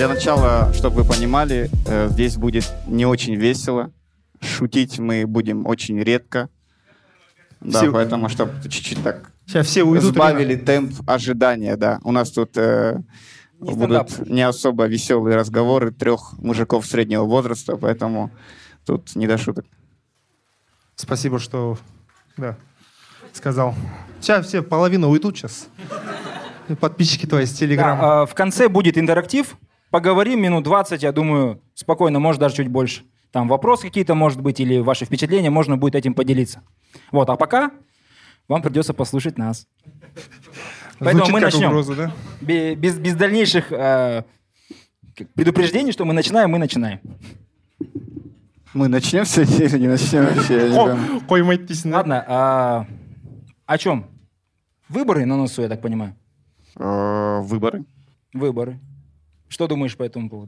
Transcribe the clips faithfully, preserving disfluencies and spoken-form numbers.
Для начала, чтобы вы понимали, здесь будет не очень весело. Шутить мы будем очень редко. Да, все... поэтому, чтобы чуть-чуть так сейчас все уйдут, сбавили темп ожидания. Да. У нас тут э, не будут стендап. Не особо веселые разговоры трех мужиков среднего возраста, поэтому тут не до шуток. Спасибо, что да, сказал. Сейчас все половина уйдут сейчас. Подписчики твои с Телеграма. Да, в конце будет интерактив. Поговорим минут двадцать, я думаю, спокойно, может, даже чуть больше. Там вопросы какие-то, может быть, или ваши впечатления, можно будет этим поделиться. Вот, а пока вам придется послушать нас. Поэтому мы начнем. Угроза, да? Без, без дальнейших э, предупреждений, что мы начинаем, мы начинаем. Мы начнем сегодня или не начнем вообще? Ладно, а, о чем? Выборы на носу, я так понимаю. Выборы. Выборы. Что думаешь по этому поводу?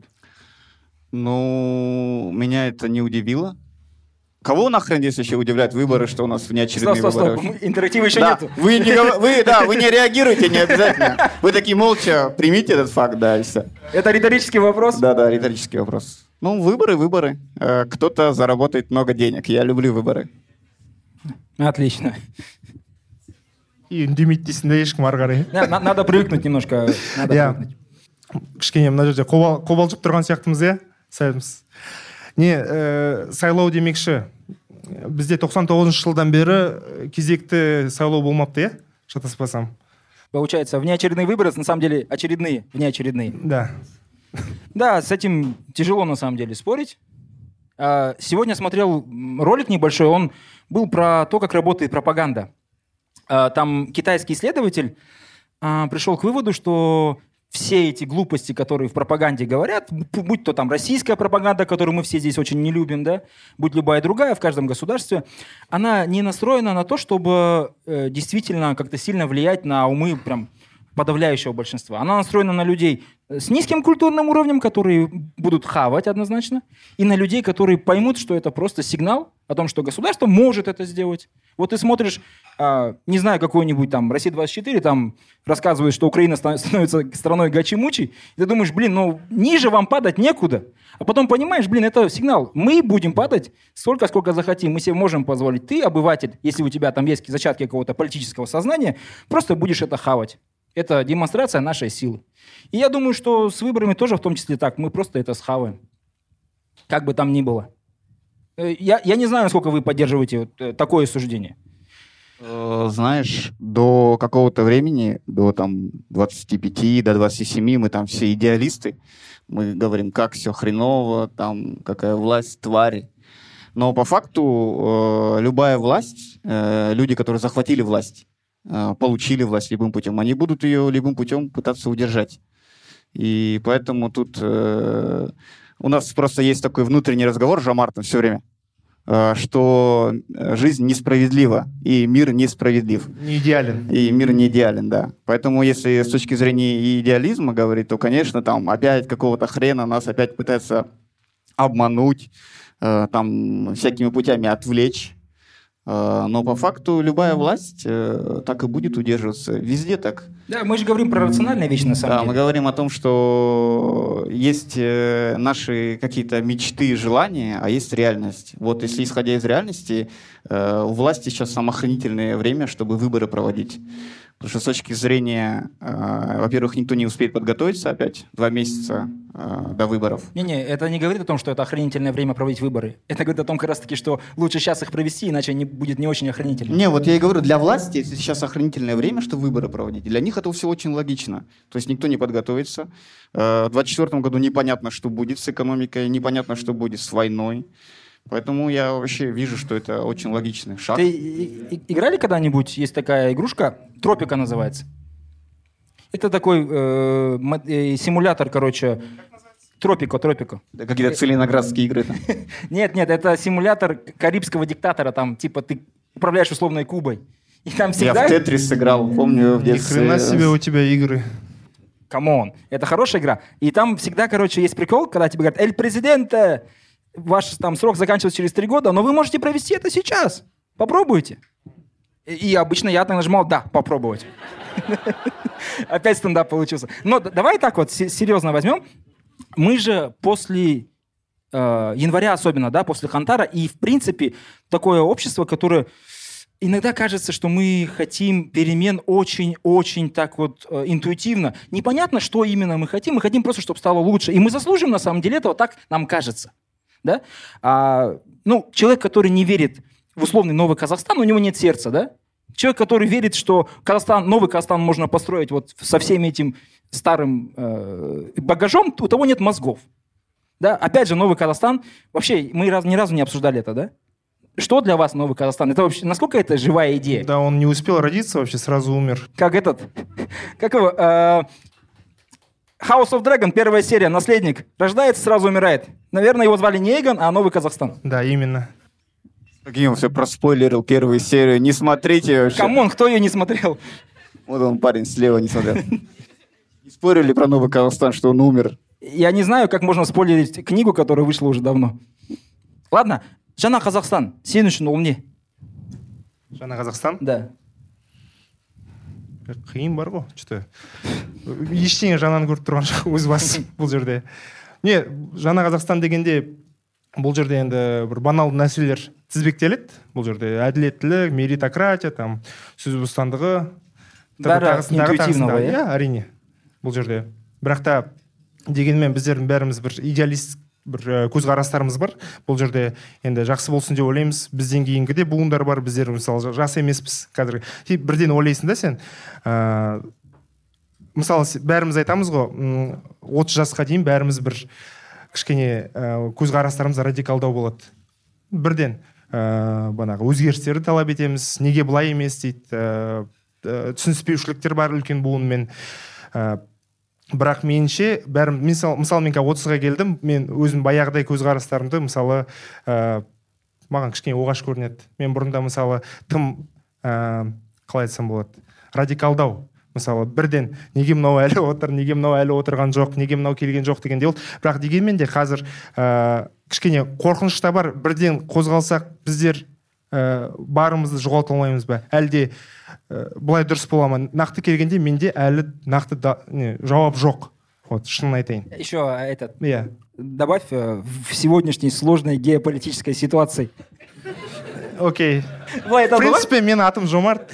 Ну, меня это не удивило. Кого нахрен здесь еще удивляют выборы, что у нас внеочередные стоп, выборы? Стоп, стоп, интерактива еще да. нету. Вы не, вы, да, вы не реагируете, не обязательно. Вы такие молча примите этот факт, да, и все. Это риторический вопрос? Да, да, риторический вопрос. Ну, выборы, выборы. Кто-то заработает много денег. Я люблю выборы. Отлично. И үндемейді ешкім ары қарай. Надо привыкнуть немножко. Надо привыкнуть. Кішкене мына жерде қобалжып тұрған сияқтымыз, иә? Сәліміз. Не, сайлау демекші, бізде тоқсан тоғызыншы жылдан бері кезекті сайлау болмапты, иә? Шатаспасам. Получается, внеочередные выборы, на самом деле, очередные, внеочередные. Да. Да, с этим тяжело, на самом деле, спорить. Сегодня смотрел ролик небольшой, он был про то, как работает пропаганда. Там китайский исследователь пришел к выводу, что все эти глупости, которые в пропаганде говорят, будь то там российская пропаганда, которую мы все здесь очень не любим, да, будь любая другая в каждом государстве, она не настроена на то, чтобы э, действительно как-то сильно влиять на умы прям подавляющего большинства. Она настроена на людей с низким культурным уровнем, которые будут хавать однозначно, и на людей, которые поймут, что это просто сигнал о том, что государство может это сделать. Вот ты смотришь, э, не знаю, какой-нибудь там Россия двадцать четыре, там рассказывает, что Украина становится страной гачи-мучи, и ты думаешь, блин, ну ниже вам падать некуда. А потом понимаешь, блин, это сигнал. Мы будем падать столько, сколько захотим. Мы себе можем позволить. Ты, обыватель, если у тебя там есть зачатки какого-то политического сознания, просто будешь это хавать. Это демонстрация нашей силы. И я думаю, что с выборами тоже в том числе так. Мы просто это схаваем. Как бы там ни было. Я, я не знаю, насколько вы поддерживаете вот такое суждение. Знаешь, до какого-то времени, до там двадцати пяти, до двадцати семи, мы там все идеалисты. Мы говорим, как все хреново, там какая власть, твари. Но по факту любая власть, люди, которые захватили власть, получили власть любым путем, они будут ее любым путем пытаться удержать. И поэтому тут э, у нас просто есть такой внутренний разговор с Жомартом все время, э, что жизнь несправедлива, и мир несправедлив. Не идеален. И мир не идеален, да. Поэтому если с точки зрения идеализма говорить, то, конечно, там опять какого-то хрена нас опять пытаются обмануть, э, там всякими путями отвлечь. Но по факту любая власть э, так и будет удерживаться. Везде так. Да, мы же говорим про рациональные вещи, на самом да, деле. Мы говорим о том, что есть э, наши какие-то мечты и желания, а есть реальность. Вот если исходя из реальности, э, у власти сейчас самоохранительное время, чтобы выборы проводить. Потому что с точки зрения, э, во-первых, никто не успеет подготовиться опять два месяца э, до выборов. Не-не, это не говорит о том, что это охранительное время проводить выборы. Это говорит о том, как раз-таки, что лучше сейчас их провести, иначе они будет не очень охранительно. Не, вот я и говорю, для власти, если сейчас охранительное время, чтобы выборы проводить, для них это все очень логично. То есть никто не подготовится. Э, в двадцать четвёртом году непонятно, что будет с экономикой, непонятно, что будет с войной. Поэтому я вообще вижу, что это очень логичный шаг. Ты играли когда-нибудь? Есть такая игрушка, Тропика называется. Это такой э, э, симулятор, короче. Тропико, Тропико. Да какие-то целиноградские игры. Нет, нет, это симулятор карибского диктатора. Там, типа, ты управляешь условной Кубой. И там всегда... Я в Тетрис сыграл, помню в детстве. Ни хрена себе у тебя игры. Камон, это хорошая игра. И там всегда, короче, есть прикол, когда тебе говорят, «Эль президенте!» Ваш там срок заканчивается через три года, но вы можете провести это сейчас. Попробуйте. И обычно я так нажимал «да, попробовать». Опять стендап получился. Но давай так вот серьезно возьмем. мы же после э, января особенно, да, после Хантара, и в принципе такое общество, которое иногда кажется, что мы хотим перемен очень-очень так вот э, интуитивно. Непонятно, что именно мы хотим. Мы хотим просто, чтобы стало лучше. И мы заслужим, на самом деле, этого, так нам кажется. Да? А, ну, человек, который не верит в условный новый Казахстан, у него нет сердца, да? Человек, который верит, что Казахстан, новый Казахстан можно построить вот со всем этим старым э, багажом, у того нет мозгов. Да? Опять же, новый Казахстан, вообще, мы раз, ни разу не обсуждали это, да? Что для вас новый Казахстан? Это вообще, насколько это живая идея? Да, он не успел родиться, вообще сразу умер. Как этот, как его, э, House of Dragon, первая серия, наследник, рождается, сразу умирает. Наверное, его звали не Эйгон, а новый Казахстан. Да, именно. Каким он все проспойлерил первую серию. Не смотрите вообще. Камон, кто ее не смотрел? Вот он, парень слева не смотрел. Не спорили про новый Казахстан, что он умер. Я не знаю, как можно спойлерить книгу, которая вышла уже давно. Ладно, Жаңа Қазақстан, сен үшін ол не? Жаңа Қазақстан? Да. Қиын бар ғой, что-то. Ештеңе жаңаны көріп тұрған жоқ өз басым бұл жерде. Не, Жаңа Қазақстан дегенде бұл жерде енді бір баналды нәрселер тізбектеледі. Бұл жерде әділеттілік, меритократия, там сөз бостандығы. Бәрі интуитивно ғой, иә? Әрине. Бұл жерде. Бірақ та дегенмен біздердің бәріміз бір идеалист бір көзқарастарымыз бар. Бұл жерде енді жақсы болсын деп ойлаймыз. Бізден кейінгі де буындар бар. Біздер мысалы жас емеспіз қазір. Бірден ойлайсың да сен. Ә, мысалы бәріміз айтамыз ғой, отыз жасқа дейін бәріміз бір кішкене ә, көзқарастарымыз радикалдау болады. Бірден ә, банағы өзгерістерді талап етеміз. Неге былай емес дейді. Ә, түсініспеушіліктер бар үлкен буынмен. Ә, бірақ меніңше бәрім мысалы мысал, мен отызға келдім, мен өзім баяғыдай көзқарастарымды мысалы ә, маған кішкене оғаш көрінеді. Мен бұрында мысалы тым ә, қалай айтсам болады, радикалдау. Мысалы бірден неге мынау әлі отыр, неге мынау әлі отырған жоқ, неге мынау келген жоқ дегенде ол. Бірақ дегенмен де қазір ә, кішкене қорқыныш та бар. Бірден қозғалсақ біздер ә, барымызды жоғалта алмаймыз ба? Әлде ә, бұлай дұрыс бола ма? Нақты келгенде менде әлі нақты да, не, жауап жоқ. Вот, шынын айтайын. Еще этот, yeah. добавь э, в сегодняшней сложной геополитической ситуации. Окей. Okay. В принципе, мен атым Жомарт.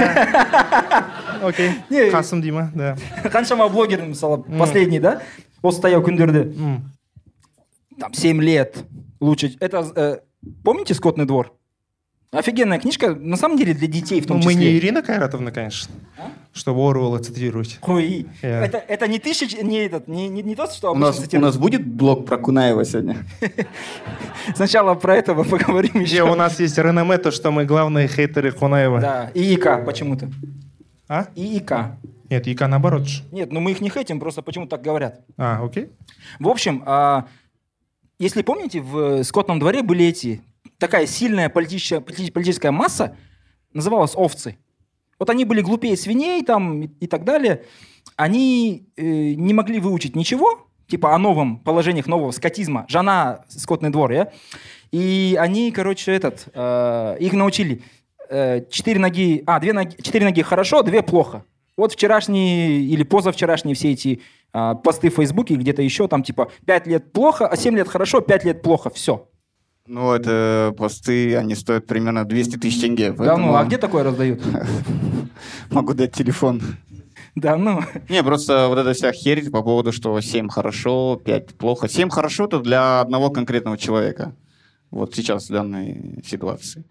Окей. Қасым дей ма? Да. Қаншама блогер, мысалы, последний, да? Осы таяу күндерде. Там семь лет. Лучше. Это, э, помните «Скотный двор»? Офигенная книжка, на самом деле, для детей в том числе. Мы не Ирина Кайратовна, конечно, а? Чтобы Оруэлла цитировать. Ой, yeah. это, это не тысяч, не, этот, не, не, не то, что у нас, у нас будет блог про Кунаева сегодня? Сначала про этого поговорим еще. У нас есть реноме, то, что мы главные хейтеры Кунаева. Да, и ИК почему-то. А? И ИК. Нет, ИК наоборот. Нет, ну мы их не хейтим, просто почему-то так говорят. А, окей. В общем, а, если помните, в «Скотном дворе» были эти... Такая сильная политическая, политическая масса называлась овцы. Вот они были глупее свиней там, и, и так далее. Они э, не могли выучить ничего, типа о новом положениях нового скотизма. Жана, «Скотный двор», я. И они, короче, этот, э, их научили. Э, четыре ноги, а, две ноги, четыре ноги хорошо, две плохо. Вот вчерашние или позавчерашние все эти э, посты в Фейсбуке, где-то еще, там типа пять лет плохо, а семь лет хорошо, пять лет плохо, все. Ну, это посты, они стоят примерно двести тысяч тенге. Поэтому... Да ну, а где такое раздают? Могу дать телефон. Да ну. Не, просто вот эта вся херь по поводу, что семь хорошо, пять плохо. семь хорошо — это для одного конкретного человека. Вот сейчас в данной ситуации.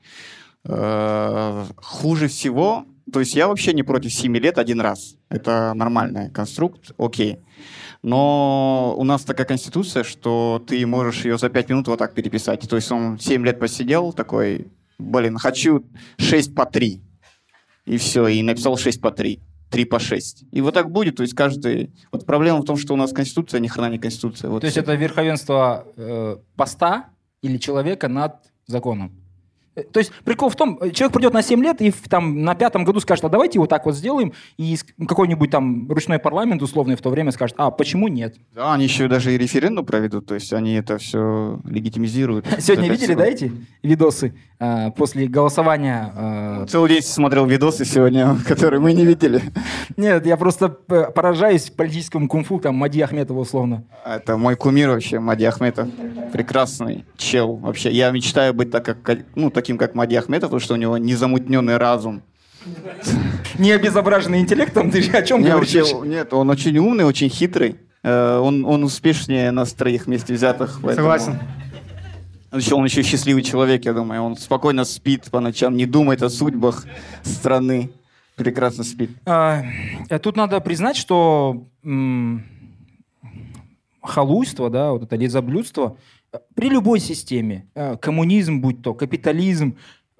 Хуже всего... То есть я вообще не против семи лет один раз. Это нормальный конструкт, окей. Но у нас такая конституция, что ты можешь ее за пять минут вот так переписать. То есть он семь лет посидел, такой, блин, хочу шесть по три. И все, и написал шесть по три. три по шесть. И вот так будет, то есть каждый... Вот проблема в том, что у нас конституция, ни хрена не конституция. Вот то есть это верховенство э, поста или человека над законом. То есть прикол в том, человек придет на семь лет и в, там, на пятом году скажет, а давайте вот так вот сделаем, и какой-нибудь там ручной парламент условный в то время скажет, а почему нет? Да, они еще даже и референдум проведут, то есть они это все легитимизируют. Сегодня видели, да, эти видосы а, после голосования? А... Целый день смотрел видосы сегодня, которые мы не видели. Нет, я просто поражаюсь политическому кунг-фу, там, Мади Ахметова условно. Это мой кумир вообще, Мади Ахметов. Прекрасный чел вообще. Я мечтаю быть так, как, ну, таким, как Мади Ахметов, потому что у него незамутненный разум. Не обезображенный интеллектом? Ты о чем не, говоришь? Вообще, нет, он очень умный, очень хитрый. Он, он успешнее нас троих вместе взятых. Поэтому... Согласен. Он еще, он еще счастливый человек, я думаю. Он спокойно спит по ночам, не думает о судьбах страны. Прекрасно спит. А, тут надо признать, что м- халуйство, да, вот это лизоблюдство при любой системе, коммунизм, будь то капитализм,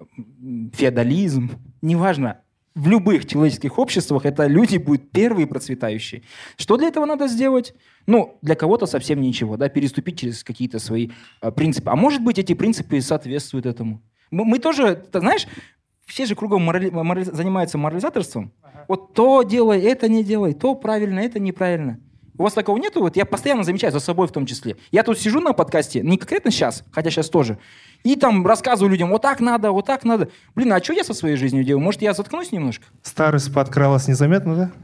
феодализм, неважно, в любых человеческих обществах это люди будут первые процветающие. Что для этого надо сделать? Ну, для кого-то совсем ничего, да, переступить через какие-то свои а, принципы. А может быть, эти принципы соответствуют этому. Мы, мы тоже, ты знаешь, все же кругом морали, морали, занимаются морализаторством. Ага. Вот то делай, это не делай, то правильно, это неправильно. У вас такого нету? Вот я постоянно замечаю, за собой в том числе. Я тут сижу на подкасте, не конкретно сейчас, хотя сейчас тоже, и там рассказываю людям, вот так надо, вот так надо. Блин, а что я со своей жизнью делаю? Может, я заткнусь немножко? Старость подкралась незаметно, да?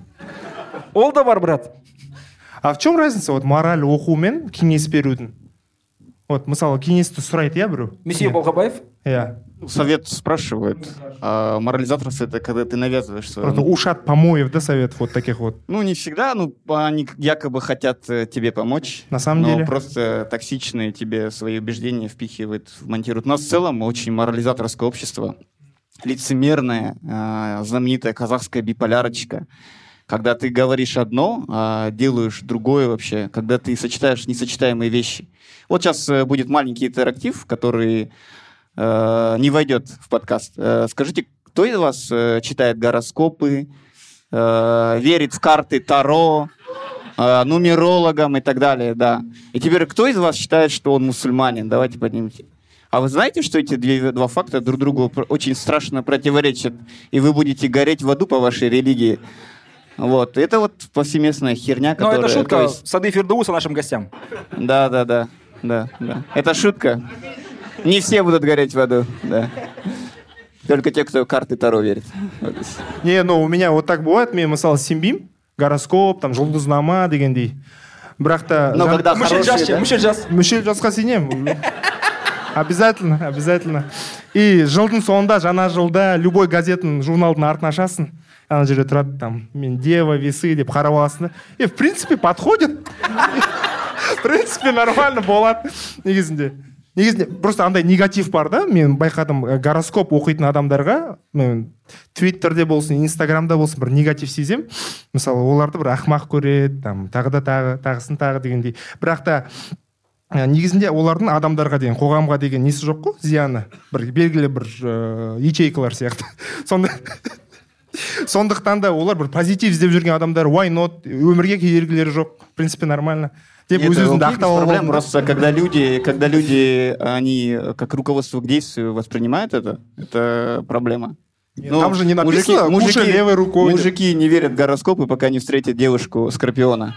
Ол да бар, брат. А в чем разница вот мораль оқу мен кеңес берудің? Вот, мысалы, кеңесті сұрайды, иә, біреу? Месье Балхабаев? Иә. Совет спрашивают, а морализаторство — это когда ты навязываешь свое... Просто ушат помоев, да, совет вот таких вот? Ну, не всегда, ну, они якобы хотят тебе помочь. На самом но деле? Просто токсичные тебе свои убеждения впихивают, монтируют. У нас в целом очень морализаторское общество, лицемерное, знаменитая казахская биполярочка. Когда ты говоришь одно, а делаешь другое вообще, когда ты сочетаешь несочетаемые вещи. Вот сейчас будет маленький интерактив, который э, не войдет в подкаст. Э, скажите, кто из вас э, читает гороскопы, э, верит в карты Таро, э, нумерологам и так далее, да. И теперь, кто из вас считает, что он мусульманин? Давайте поднимите. А вы знаете, что эти две, два факта друг другу очень страшно противоречат, и вы будете гореть в аду по вашей религии? Вот, это вот повсеместная херня, которая... Ну, это шутка, есть... сады Фирдауса нашим гостям. Да, да, да, да, да. Это шутка. Не все будут гореть в аду, да. Только те, кто в карты Таро верит. Не, ну, у меня вот так бывает, мен, мысалы, сенбеймін, гороскоп, там, жұлдызнама дегендей. Бірақ та... Но когда Мүшел жас, хорошие, да? мүшел жас. Мүшел жасқа сенемін. Обязательно, обязательно. И жылдың соңында, жаңа жылда, любой газеттің, журналдың артын ашасың. Ана жерде тұрады, там, мен дева, весы деп қарап аласың да. И, в принципе, подходит. В принципе, нормально болады. Негізінде. Негізінде, просто андай негатив бар да. Мен байқадым, гороскоп оқитын адамдарға, мен Твиттерде болсын, Инстаграмда болсын, бір негатив сезем. Мысалы, оларды бір ақымақ көреді, там, тағы да тағы, тағысын тағы дегендей. Бірақ та, негізінде олардың адамдарға деген, қоғамға деген несі жоқ қой, зияны. Бір белгілі бір ә, ячейкалар сияқты. Сонда... Сондықтан да олар бір позитив іздеп жүрген адамдар, why not, өмірге кедергілері жоқ, в принципе, нормально. Деп өз-өзіңді ақтап алып. Просто когда люди, когда люди, они как руководство к действию воспринимают это, это проблема. Нет, ну, там же не написано, мужики, мужики, левой рукой. Мужики не верят в гороскопы, пока не встретят девушку Скорпиона.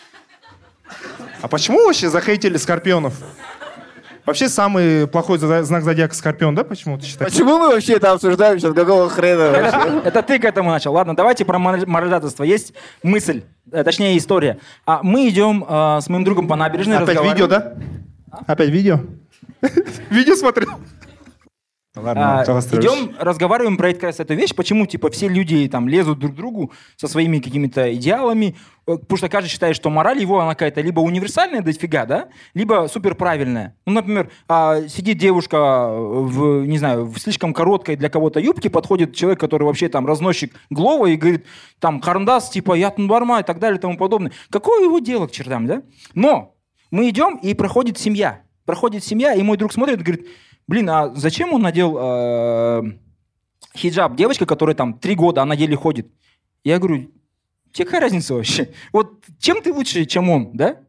А почему вообще захейтили Скорпионов? Вообще самый плохой знак зодиака Скорпион, да? Почему ты считаешь? Почему мы вообще это обсуждаем сейчас? Какого хрена? Это, это ты к этому начал. Ладно, давайте про морализаторство. Есть мысль, точнее история. А мы идем э, с моим другом по набережной. Опять видео, да? А? Опять видео? Видео смотрел? Ладно, а, идем, разговариваем про это, эту вещь, почему типа все люди там лезут друг к другу со своими какими-то идеалами, потому что каждый считает, что мораль его, она какая-то либо универсальная дофига, да, либо суперправильная. Ну, например, а, сидит девушка в, не знаю, в слишком короткой для кого-то юбке, подходит человек, который вообще там разносчик Глова и говорит, там, Харндас, типа, ятн барма и так далее и тому подобное. Какое его дело к чертам, да? Но мы идем, и проходит семья. Проходит семья, и мой друг смотрит и говорит, блин, а зачем он надел э, хиджаб? Девочка, которая там три года, она еле ходит. Я говорю, тебе какая разница вообще? Вот чем ты лучше, чем он, да?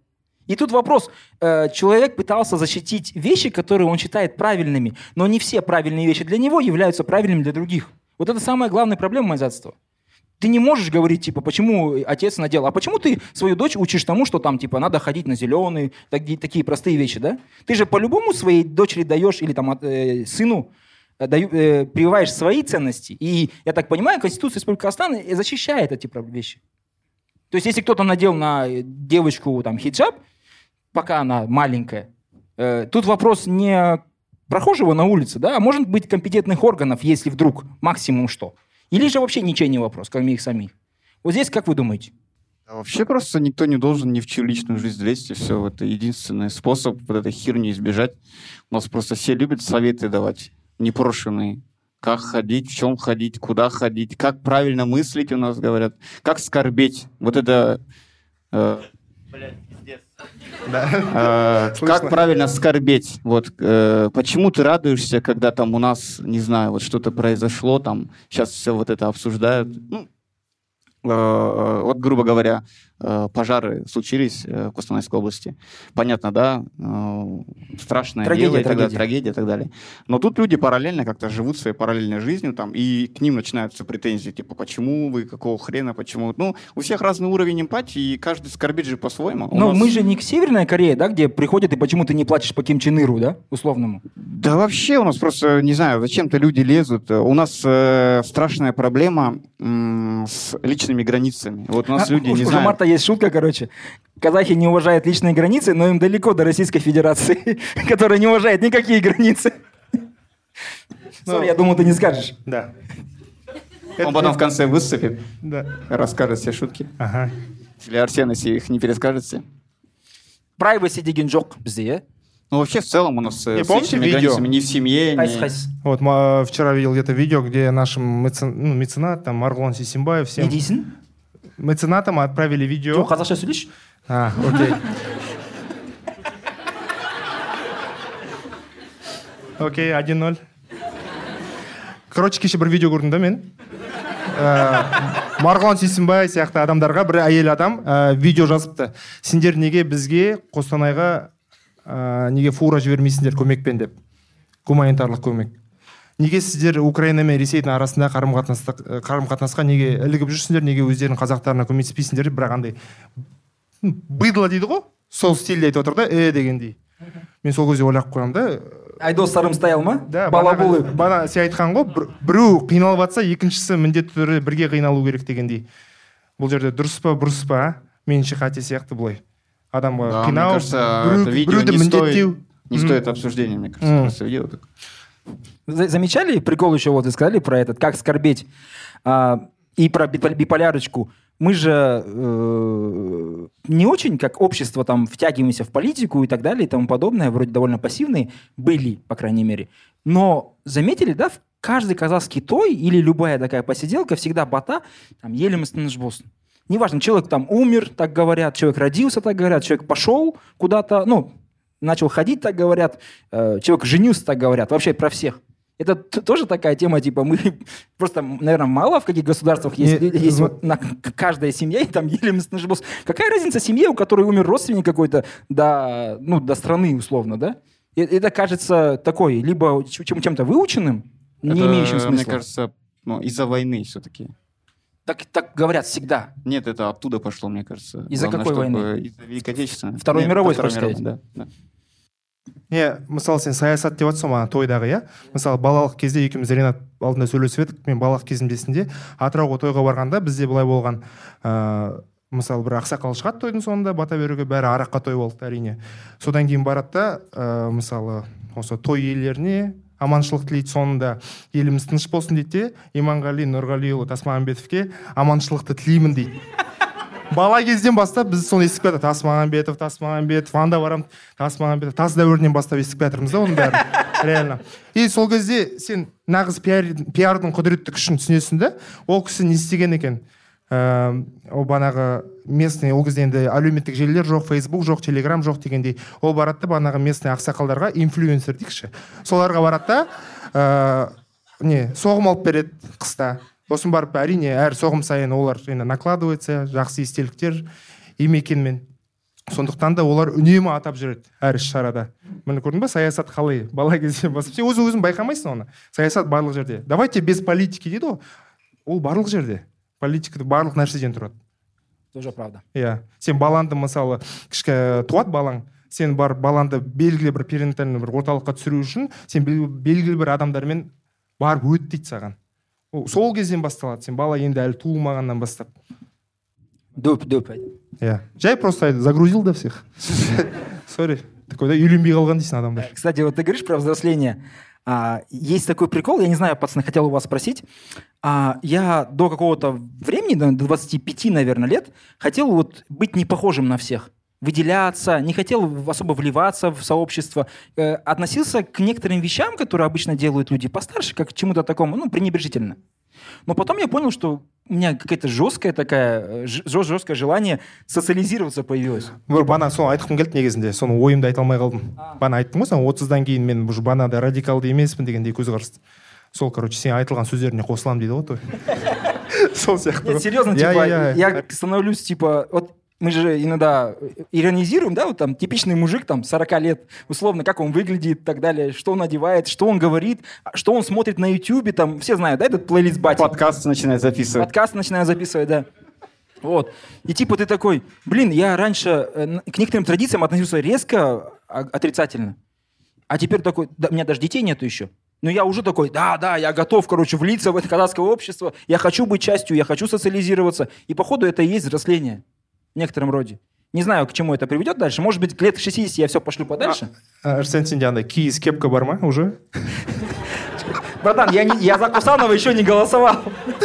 И тут вопрос. Э, человек пытался защитить вещи, которые он считает правильными, но не все правильные вещи для него являются правильными для других. Вот это самая главная проблема майзатства. Ты не можешь говорить, типа, почему отец надел, а почему ты свою дочь учишь тому, что там, типа, надо ходить на зеленый, такие, такие простые вещи, да? Ты же по-любому своей дочери даешь, или там э, сыну, э, даю, э, прививаешь свои ценности. И, я так понимаю, Конституция Республики Казахстан защищает эти вещи. То есть, если кто-то надел на девочку там хиджаб, пока она маленькая, э, тут вопрос не прохожего на улице, да, а может быть компетентных органов, если вдруг максимум что. Или же вообще ничего не вопрос, кроме их самих. Вот здесь как вы думаете? А вообще просто никто не должен ни в чью личную жизнь лезть, и все. Это единственный способ вот этой херни избежать. У нас просто все любят советы давать, непрошенные. Как ходить, в чем ходить, куда ходить, как правильно мыслить, у нас говорят. Как скорбеть. Вот это... Э, Блядь, пиздец. Да. Э, как правильно скорбеть. Вот, э, почему ты радуешься, когда там у нас, не знаю, вот что-то произошло, там сейчас все вот это обсуждают. Ну, э, вот, грубо говоря, э, пожары случились э, в Костанайской области. Понятно, да? Э, страшное трагедия, дело и трагедия. так далее, трагедия и так далее. Но тут люди параллельно как-то живут своей параллельной жизнью, там, и к ним начинаются претензии, типа, почему вы, какого хрена, почему... Ну, у всех разный уровень эмпатии, и каждый скорбит же по-своему. Но нас... мы же не к Северной Корее, да, где приходят, и почему ты не платишь по Ким Чен Иру, да, условному? Да вообще у нас просто, не знаю, зачем-то люди лезут. У нас э, страшная проблема м- с личными границами. Вот у нас а, люди, у, не у знаю... У Марта есть шутка, короче. Казахи не уважают личные границы, но им далеко до Российской Федерации, которая не уважает никакие границы. Сори, я думал, ты не скажешь. Да. Он потом в конце выступит, да. расскажет все шутки. Ага. Или Арсен, если их не перескажет все. Privacy деген жоқ бізде, иә? Ну, вообще, в целом, у нас Не с помните личными видео? границами не в семье, Қайсы, не... қайсы? Вот ма- вчера видел где-то видео, где нашим мецен- ну, меценат, там, Маргулан Сисимбаев, Не всем дейсің? меценатам отправили видео. Жоқ, қазақша сөйлешші. А, окей. Окей, один ноль. Короче, кеше бір видео көрдім да мен. Марғұлан Сейсенбай сияқты адамдарға бір әйел адам ә, видео жазыпты. Сендер неге бізге Қостанайға ә, неге фура жібермейсіңдер көмекпен деп. Гуманитарлық көмек. Неге сіздер Украина мен Ресейдің арасында қарым-қатынасқа неге ілігіп жүрсіңдер, неге өздерінің қазақтарына көмектеспейсіңдер деп, бірақ андай быдло дейді ғой, сол стильде айтып отыр да, э дегендей. Мен сол кезде ойлап қоямын да. Айдос сарым стоял ма? Да, бала бана, болып. бана сен айтқан ғой, бір, біреу қиналып жатса, екіншісі міндетті түрде бірге қиналу керек дегендей. Бұл жерде дұрыс па, бұрыс па, а? Меніңше қате сияқты бұлай. Адамға Да, қинау, мне кажется, біреу, это видео біреуді не міндеттеу. стоит, не стоит обсуждения, мне кажется. М. Просто видео так. За- Замечали прикол еще, вот вы сказали про этот, как скорбеть, а, и про бипо- биполярочку. Мы же э, не очень, как общество, там, втягиваемся в политику и так далее и тому подобное, вроде довольно пассивные, были, по крайней мере. Но заметили, да, в каждый казахский той или любая такая посиделка всегда бата, там, елемес тыныш. Неважно, человек там умер, так говорят, человек родился, так говорят, человек пошел куда-то, ну, начал ходить, так говорят, э, человек женился, так говорят, вообще про всех. Это т- тоже такая тема, типа, мы просто, наверное, мало в каких государствах есть, Не, есть ну- вот на к- каждая семья, и там елемес тыныш. Какая разница семье, у которой умер родственник какой-то до, ну, до страны, условно, да? И- Это кажется такой, либо ч- чем- чем-то выученным, не Это, имеющим смысла. мне кажется, ну, из-за войны все-таки. Так, так говорят всегда. Нет, это оттуда пошло, мне кажется. Из-за Главное, какой чтобы- войны? Из-за Великой Отечественной. Второй Нет, мировой, Второй хочешь мировой, да, да. Не, мысалы сен саясат деп жатсың маған тойдағы, иә? Мысалы балалық кезде екеуміз Ренат алдында сөйлесіп едік, мен балалық кезімдесінде Атырауға тойға барғанда бізде былай болған, ә, мысалы бір ақсақал шығады тойдың соңында бата беруге, бәрі араққа той болды әрине. Содан кейін барады да, ә, мысалы осы той иелеріне аманшылық тілейді, соңында еліміз тыныш болсын дейді де, Иманғали Нұрғалиұлы Тасмағамбетовке аманшылықты тілеймін дейді. Бала кезден бастап біз соны естіп келатыр. Тасмағамбетов, Тасмағамбетов, анда барам, Тасмағамбетов, тас дәуірінен бастап естіп келатырмыз да оның бәрін. Реально. И сол кезде сен нағыз пиар, пиардың құдіретті күшін түсінесің да, ол кісі не істеген екен? Ә, ол банағы местный, ол кезде енді әлеуметтік желілер жоқ, Facebook жоқ, Telegram жоқ дегендей. Ол барады да банағы местный ақсақалдарға, инфлюенсер дейікші. Соларға барады да, ә, не, соғым алып береді қыста. Сосын барып, әрине, әр соғым сайын олар енді накладывается, жақсы естеліктер, имекенмен. сондықтан да олар үнемі атап жүреді әр іс шарада. Міне көрдің ба, саясат қалай бала кезде басып, сен өзің өзің байқамайсың оны. Саясат барлық жерде. Давайте без политики дейді ғой. Ол барлық жерде. Политика барлық нәрседен тұрады. Тоже правда. Иә. Сен баланды мысалы кішкі туады балаң, сен бар баланды белгілі бір перинатальный бір орталыққа түсіру үшін сен белгілі бір адамдармен барып өт дейді саған. Сол кезден басталады. Сен бала енді әлі туылмағаннан бастап. Дөп, дөп. Иә. Жай просто загрузил да всех. Сори. Такой, да, үйленбей қалған дейсің адамдар. Кстати, вот ты говоришь про взросление. А, есть такой прикол, я не знаю, пацаны, хотел у вас спросить. А, я до какого-то времени, до двадцати пяти, наверное, лет, хотел вот быть не похожим на всех. Выделяться, не хотел особо вливаться в сообщество, э, относился к некоторым вещам, которые обычно делают люди постарше, как к чему-то такому, ну, пренебрежительно. Но потом я понял, что у меня какая-то жесткая такая, жесткое желание социализироваться появилось. Бір бана соны айтқым келді негізінде, соны ойымды айта алмай қалдым. Бана айттым ғой, сен отыздан кейін мен уже банада радикалды емеспін дегендей көзқарас. Сол, короче, сен айтылған сөздеріне қосыламын дейді ғой той. Сол сияқты. Нет, серьезно, типа, я становлюсь, типа, вот мы же иногда иронизируем, да, вот там типичный мужик, там, сорока лет, условно, как он выглядит и так далее, что он одевает, что он говорит, что он смотрит на ютубе, там, все знают, да, этот плейлист Бати? Подкаст начинает записывать. Подкаст начинает записывать, да. Вот. И типа ты такой, блин, я раньше к некоторым традициям относился резко отрицательно, а теперь такой, да, у меня даже детей нету еще. Но я уже такой, да, да, я готов, короче, влиться в это казахское общество, я хочу быть частью, я хочу социализироваться. И походу это и есть взросление. В некотором роде. Не знаю, к чему это приведет дальше. Может быть, к лет шестидесяти я все пошлю подальше. Арсен, сенде андай киіз кепка бар ма уже? Братан, я, не, я за Кусанова еще не голосовал.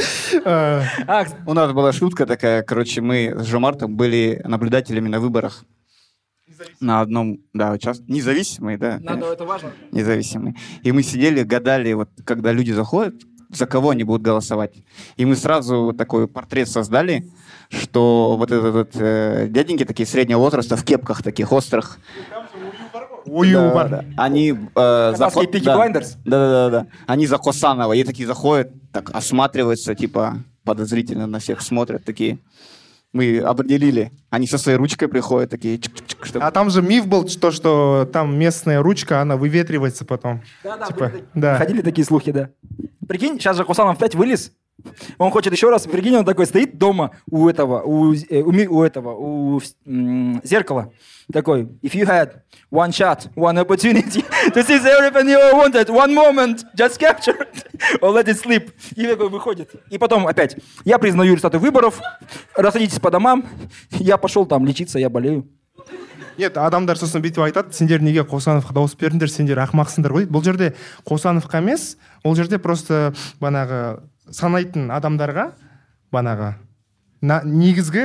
а, у нас была шутка такая, короче, мы с Жомартом были наблюдателями на выборах. На одном, да, участке. Независимые, да. Надо, это важно. Независимые. И мы сидели, гадали, вот, когда люди заходят, за кого они будут голосовать. И мы сразу такой портрет создали, что вот этот вот, э, дяденьки такие среднего возраста в кепках таких острых. Да, да. Они э, заход... да. да, да, да, да. Они за Косанова и такие заходят, так осматриваются, типа подозрительно на всех смотрят, такие. Мы определили. Они со своей ручкой приходят, такие. Чик-чик, чтобы... А там же миф был, то, что там местная ручка, она выветривается потом. Да, да, типа, были, да. Ходили такие слухи, да. Прикинь, сейчас же Кусанов опять вылез. Он хочет еще раз, прикинь, он такой стоит дома у этого, у, у, у этого, у м, зеркала. Такой, if you had one shot, one opportunity to see everything you wanted, one moment, just capture it, or let it sleep. И такой выходит. И потом опять, я признаю результаты выборов, расходитесь по домам, я пошел там лечиться, я болею. Нет, адамдар сосын бүйтіп айтады, сендер неге Қосановқа дауыс бердіңдер, сендер ақымақсыңдар ғой дейді. Бұл жерде Қосановқа емес, ол жерде просто банағы санайтын адамдарға банағы негізгі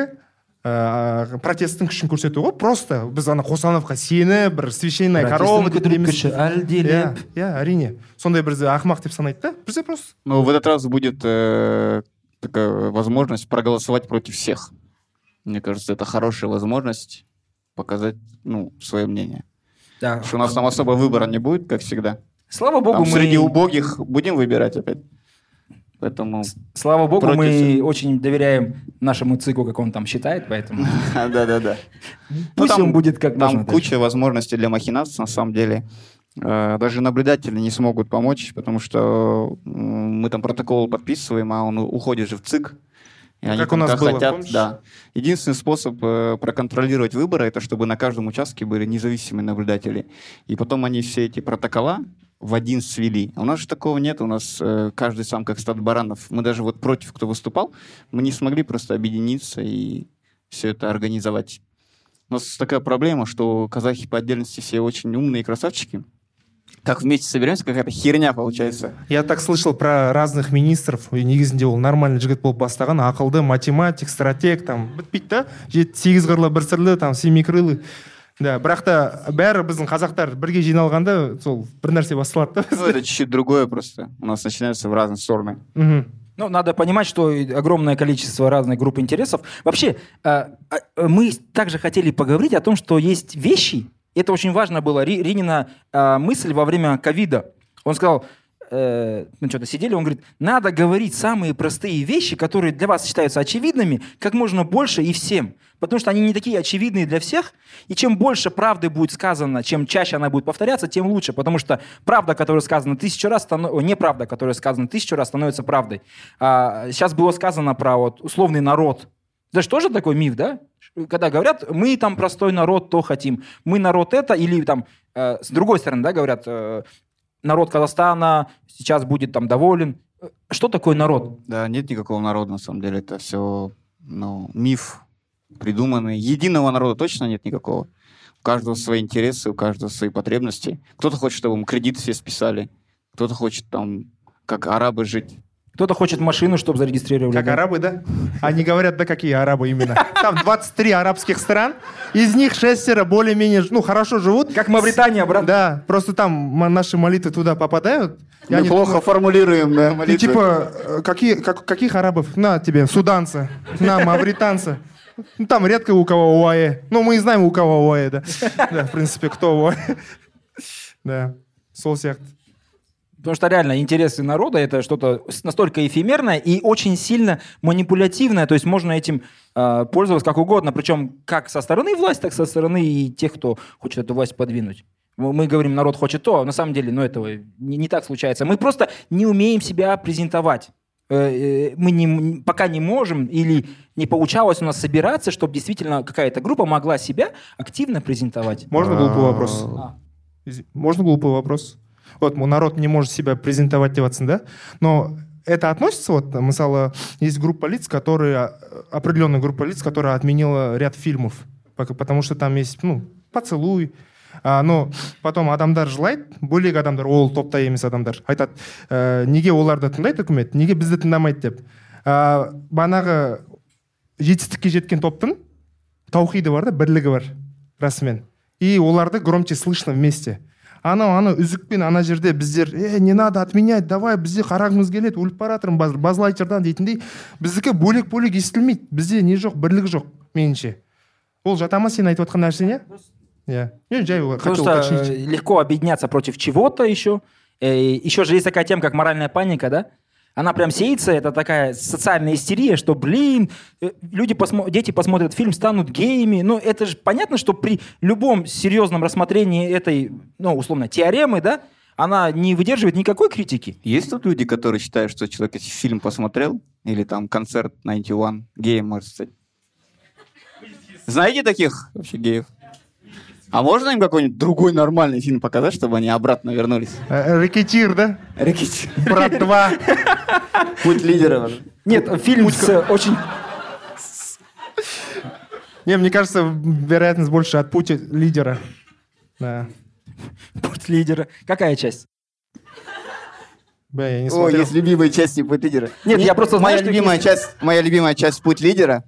ә, протесттің күшін көрсету ғой. Просто біз ана Қосановқа сені бір священная корова деп неміз. Әлделеп. Иә, әрине. Сондай бір ақымақ деп санайды да. Бізде просто. Ну, в этот раз будет э, такая возможность проголосовать против всех. Мне кажется, это хорошая возможность показать, ну, свое мнение. Да. Что у нас там особо выбора не будет, как всегда. Слава богу, там мы... среди убогих будем выбирать опять. Поэтому... Слава богу, мы всех. очень доверяем нашему ЦИКу, как он там считает, поэтому... Да-да-да. Пусть он будет как можно. Там куча возможностей для махинаций, на самом деле. Даже наблюдатели не смогут помочь, потому что мы там протокол подписываем, а он уходит же в ЦИК. И они как у нас как было, хотят, помнишь? Да. Единственный способ э, проконтролировать выборы, это чтобы на каждом участке были независимые наблюдатели. И потом они все эти протокола в один свели. А у нас же такого нет. У нас э, каждый сам как стад баранов. Мы даже вот против, кто выступал, мы не смогли просто объединиться и все это организовать. У нас такая проблема, что казахи по отдельности все очень умные красавчики. Как вместе соберемся, какая-то херня получается. Я так слышал про разных министров, негізінде ол нормальный жігіт болып бастаған, ақылды, математик, стратег, там, бітпейді да, жеті сегіз қырлы, бір сырлы, там, семикрылы. Да, бірақ та бәрі біздің қазақтар бірге жиналғанда, сол бір нәрсе басталады да. Ну, это чуть-чуть другое просто. У нас начинается в разные стороны. Угу. Ну, надо понимать, что огромное количество разных групп интересов. Вообще, мы также хотели поговорить о том, что есть вещи. Это очень важно было. Ринина э, мысль во время ковида. Он сказал, э, мы что-то сидели, он говорит, надо говорить самые простые вещи, которые для вас считаются очевидными, как можно больше и всем. Потому что они не такие очевидные для всех, и чем больше правды будет сказано, чем чаще она будет повторяться, тем лучше. Потому что правда, которая сказана тысячу раз, станов... неправда, которая сказана тысячу раз, становится правдой. А, сейчас было сказано про вот, условный народ. Это же тоже такой миф, да? Когда говорят, мы там простой народ, то хотим. Мы народ это, или там, э, с другой стороны, да, говорят, э, народ Казахстана сейчас будет там доволен. Что такое народ? Да, нет никакого народа, на самом деле. Это все, ну, миф придуманный. Единого народа точно нет никакого. У каждого свои интересы, у каждого свои потребности. Кто-то хочет, чтобы ему кредит все списали. Кто-то хочет там, как арабы, жить. Кто-то хочет машину, чтобы зарегистрировали. Как да? арабы, да? Они говорят, да какие арабы именно. Там двадцать три арабских стран, из них шестеро более-менее, ну, хорошо живут. Как Мавритания, брат. Да, просто там наши молитвы туда попадают. Мы плохо думают, формулируем, да, молитвы. И типа, какие, как, каких арабов? На тебе, суданцы, на, мавританцы. Ну, там редко у кого ОАЭ. Ну, мы и знаем, у кого ОАЭ, да. Да, в принципе, кто ОАЭ. Да, сол сияқты. Потому что реально интересы народа — это что-то настолько эфемерное и очень сильно манипулятивное. То есть можно этим э, пользоваться как угодно. Причем как со стороны власти, так и со стороны и тех, кто хочет эту власть подвинуть. Мы говорим, народ хочет то, а на самом деле ну, этого не, не так случается. Мы просто не умеем себя презентовать. Э, э, мы не, пока не можем или не получалось у нас собираться, чтобы действительно какая-то группа могла себя активно презентовать. Можно глупый вопрос? А. Можно глупый вопрос? Вот, народ не может себя презентовать деп жатсың, да? Но это относится, вот, мысалы, есть группа лиц, которые, определенная группа лиц, которая отменила ряд фильмов, потому что там есть, ну, поцелуй, а, но потом адамдар жылайды, бөлек адамдар, ол топта емес адамдар, айтады, ә, неге оларды тыңдайды үкімет, неге бізді тыңдамайды деп. А, банағы жетістікке жеткен топтың таухиды бар да, бірлігі бар, расымен. И оларды громче слышно вместе. Анау, ана үзікпен ана жерде біздер, э, не надо отменять, давай, бізде қарағымыз келеді, өліп бара жатырмын базар, базлайтердан дейтіндей, біздікі бөлек-бөлек естілмейді, бізде не жоқ, бірлік жоқ, меніңше. Ол жата ма сен айтып отқан нәрсе, не? Я. Я жай хотел уточнить. Легко объединяться против чего-то еще. Еще же есть такая тема, как моральная паника, да? Она прям сеется, это такая социальная истерия, что, блин, люди посмо... дети посмотрят фильм, станут геями. Ну, это же понятно, что при любом серьезном рассмотрении этой, ну, условно, теоремы, да, она не выдерживает никакой критики. Есть тут люди, которые считают, что человек, если фильм посмотрел, или там концерт девяносто один, геем может стать? Знаете таких вообще геев? А можно им какой-нибудь другой нормальный фильм показать, чтобы они обратно вернулись? Рэкетир, да? Рэкетир. Брат два. Путь лидера. Нет, фильм с очень... Не, мне кажется, вероятность больше от пути лидера. Да. Путь лидера. Какая часть? Бля, я не смотрел. О, есть любимые части Путь лидера. Нет, Нет, я просто знаю, моя что любимая есть... часть, моя любимая часть Путь лидера.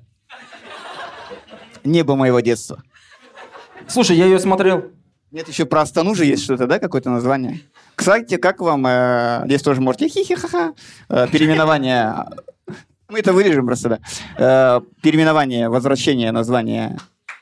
Небо моего детства. Слушай, я ее смотрел. Нет, еще про Астану же есть что-то, да, какое-то название? Кстати, как вам, э, здесь тоже можете хи-хи-ха-ха, э, переименование, мы это вырежем просто, да, э, переименование, возвращение названия.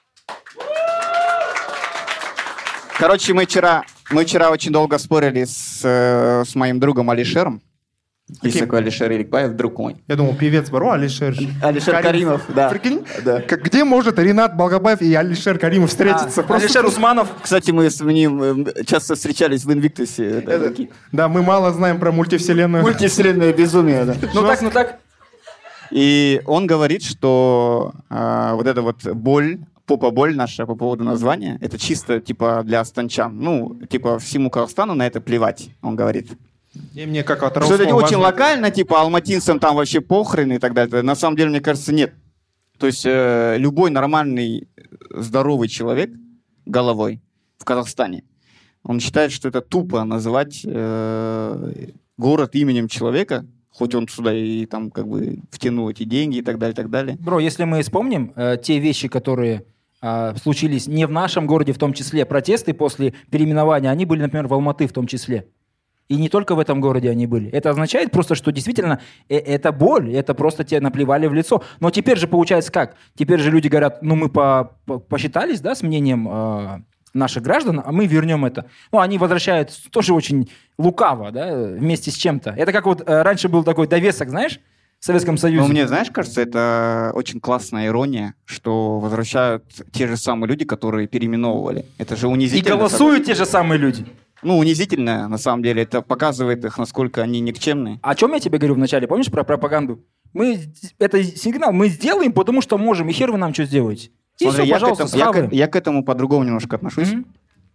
Короче, мы вчера, мы вчера очень долго спорили с, э, с моим другом Алишером. Есть такой Алишер Иликбаев, друг мой. Я думал, певец Бару, Алишер. Алишер Каримов, да. Прикинь? Да. Как, где может Ринат Балгабаев и Алишер Каримов встретиться? А, Алишер Усманов. Кстати, мы с ним часто встречались в Инвиктусе. Да, да, мы мало знаем про мультивселенную. Мультивселенная безумие, да. Ну так, ну так. И он говорит, что э, вот эта вот боль, попа-боль наша по поводу названия, это чисто типа для астанчан. Ну, типа всему Казахстану на это плевать, он говорит. И мне как от что это очень локально, типа алматинцам там вообще похрен и так далее. На самом деле, мне кажется, нет. То есть э, любой нормальный, здоровый человек головой в Казахстане, он считает, что это тупо называть э, город именем человека, хоть он сюда и там как бы втянул эти деньги и так далее, и так далее. Бро, если мы вспомним э, те вещи, которые э, случились не в нашем городе, в том числе протесты после переименования, они были, например, в Алматы в том числе. И не только в этом городе они были. Это означает просто, что действительно э- это боль, это просто тебе наплевали в лицо. Но теперь же получается как? Теперь же люди говорят, ну мы по- по- посчитались, да, с мнением э- наших граждан, а мы вернем это. Ну, они возвращают тоже очень лукаво, да, вместе с чем-то. Это как вот э, раньше был такой довесок, знаешь, в Советском Союзе. Ну, мне, знаешь, кажется, это очень классная ирония, что возвращают те же самые люди, которые переименовывали. Это же унизительно. И голосуют те же самые люди. Ну, унизительно, на самом деле. Это показывает их, насколько они никчемные. О чем я тебе говорю вначале? Помнишь про пропаганду? Мы, это сигнал, мы сделаем, потому что можем, и хер вы нам что сделаете. И Смотри, все, я, пожалуйста, к этому, я, схаваем. к, я к этому по-другому немножко отношусь. Мгм.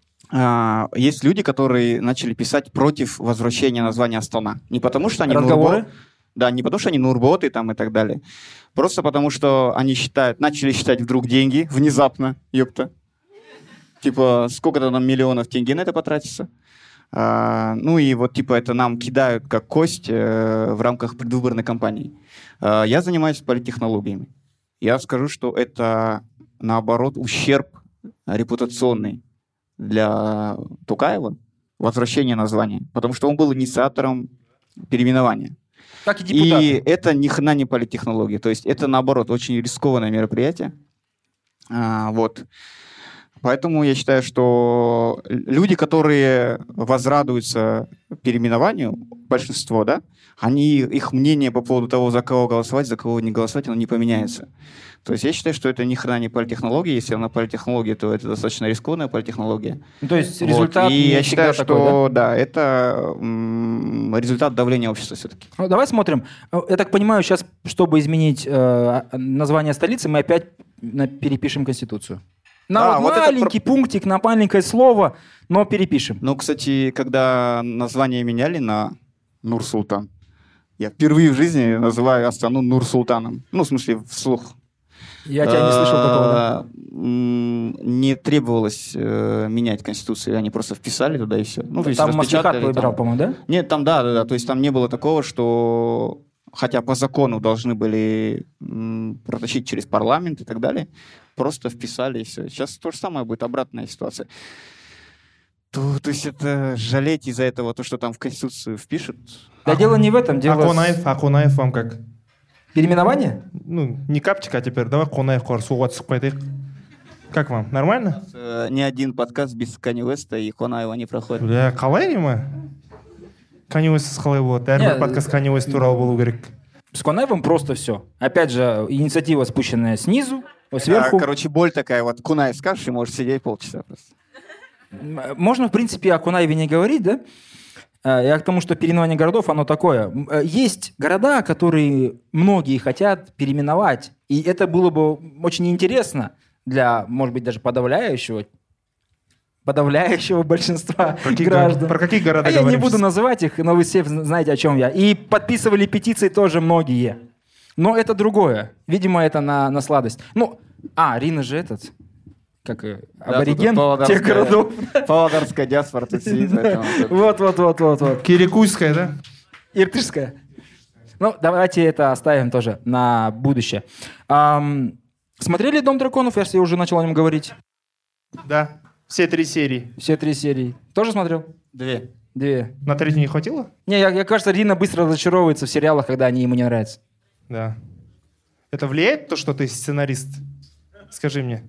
А, есть люди, которые начали писать против возвращения названия Астана. Не потому, что они Разговоры? нурбо- Да, не потому, что они нурботы там и так далее. Просто потому, что они считают, начали считать вдруг деньги внезапно, ёпта. Типа, сколько-то нам миллионов тенге на это потратится. А, ну и вот, типа, это нам кидают как кость э, в рамках предвыборной кампании. А, я занимаюсь политтехнологиями. Я скажу, что это, наоборот, ущерб репутационный для Токаева, возвращение названия. Потому что он был инициатором переименования. Как и депутаты. И это ни хрена не политтехнология. То есть это, наоборот, очень рискованное мероприятие. А, вот. Поэтому я считаю, что люди, которые возрадуются переименованию, большинство, да, они, их мнение по поводу того, за кого голосовать, за кого не голосовать, оно не поменяется. То есть я считаю, что это ни хрена не политтехнология. Если она политтехнология, то это достаточно рискованная политтехнология. Ну, то есть Вот. результат И не я всегда считаю, такой, что да, это м, результат давления общества все-таки. Ну, давай смотрим. Я так понимаю, сейчас, чтобы изменить э, название столицы, мы опять на- перепишем Конституцию. На Да, вот вот это маленький пунктик, на маленькое слово, но перепишем. Ну, кстати, когда название меняли на Нур-Султан, я впервые в жизни называю Астану Нур-Султаном. Ну, в смысле, вслух. Я тебя не слышал такого, да? М, Не требовалось э, менять Конституцию, они просто вписали туда и все. Ну, то есть Там Маслихат распечатали, выбирал, там. по-моему, да? Нет, там, да, да, да. То есть там не было такого, что хотя по закону должны были м, протащить через парламент и так далее, просто вписали и все. Сейчас то же самое будет, обратная ситуация. То, то есть это жалеть из-за этого, то, что там в Конституцию впишут. Да дело не в этом, дело... А Қонаев, а Қонаев вам как? Переименование? Ну, не капчик, а теперь давай Қонаев қор суға түсіп қайтайық. Как вам? Нормально? Э, Ни один подкаст без Канье Уэста и Конаева не проходит. Бля, қалай ма? Канье Уэстсіз қалай болады? Әрбір Не, подкаст Канье Уэст туралы болу керек. С Конаевым просто все. Опять же, инициатива спущенная снизу, сверху. А, короче, боль такая, вот Кунаев скажешь, и можешь сидеть полчаса просто. М, Можно, в принципе, о Кунаеве не говорить, да? А, Я к тому, что переименование городов, оно такое. М, э, Есть города, которые многие хотят переименовать, и это было бы очень интересно для, может быть, даже подавляющего, подавляющего большинства Про какие граждан. го- про какие города А я не говорим буду сейчас? называть их, но вы все знаете, о чем я. И подписывали петиции тоже многие. Но это другое. Видимо, это на, на сладость. Ну, а, Рина же этот, как э, абориген тут тех павлодарская- городов. Павлодарская диаспора тут сидит. поэтому тут- Вот, вот, вот, вот, вот. Кирикуйская, да? Иртышская. Ну, давайте это оставим тоже на будущее. Ам, смотрели «Дом драконов», если я уже начал о нем говорить? Да. Все три серии. Все три серии. Тоже смотрел? Две. Две. На третью не хватило? Не, я, я кажется, Рина быстро разочаровывается в сериалах, когда они ему не нравятся. Да. Это влияет то, что ты сценарист? Скажи мне.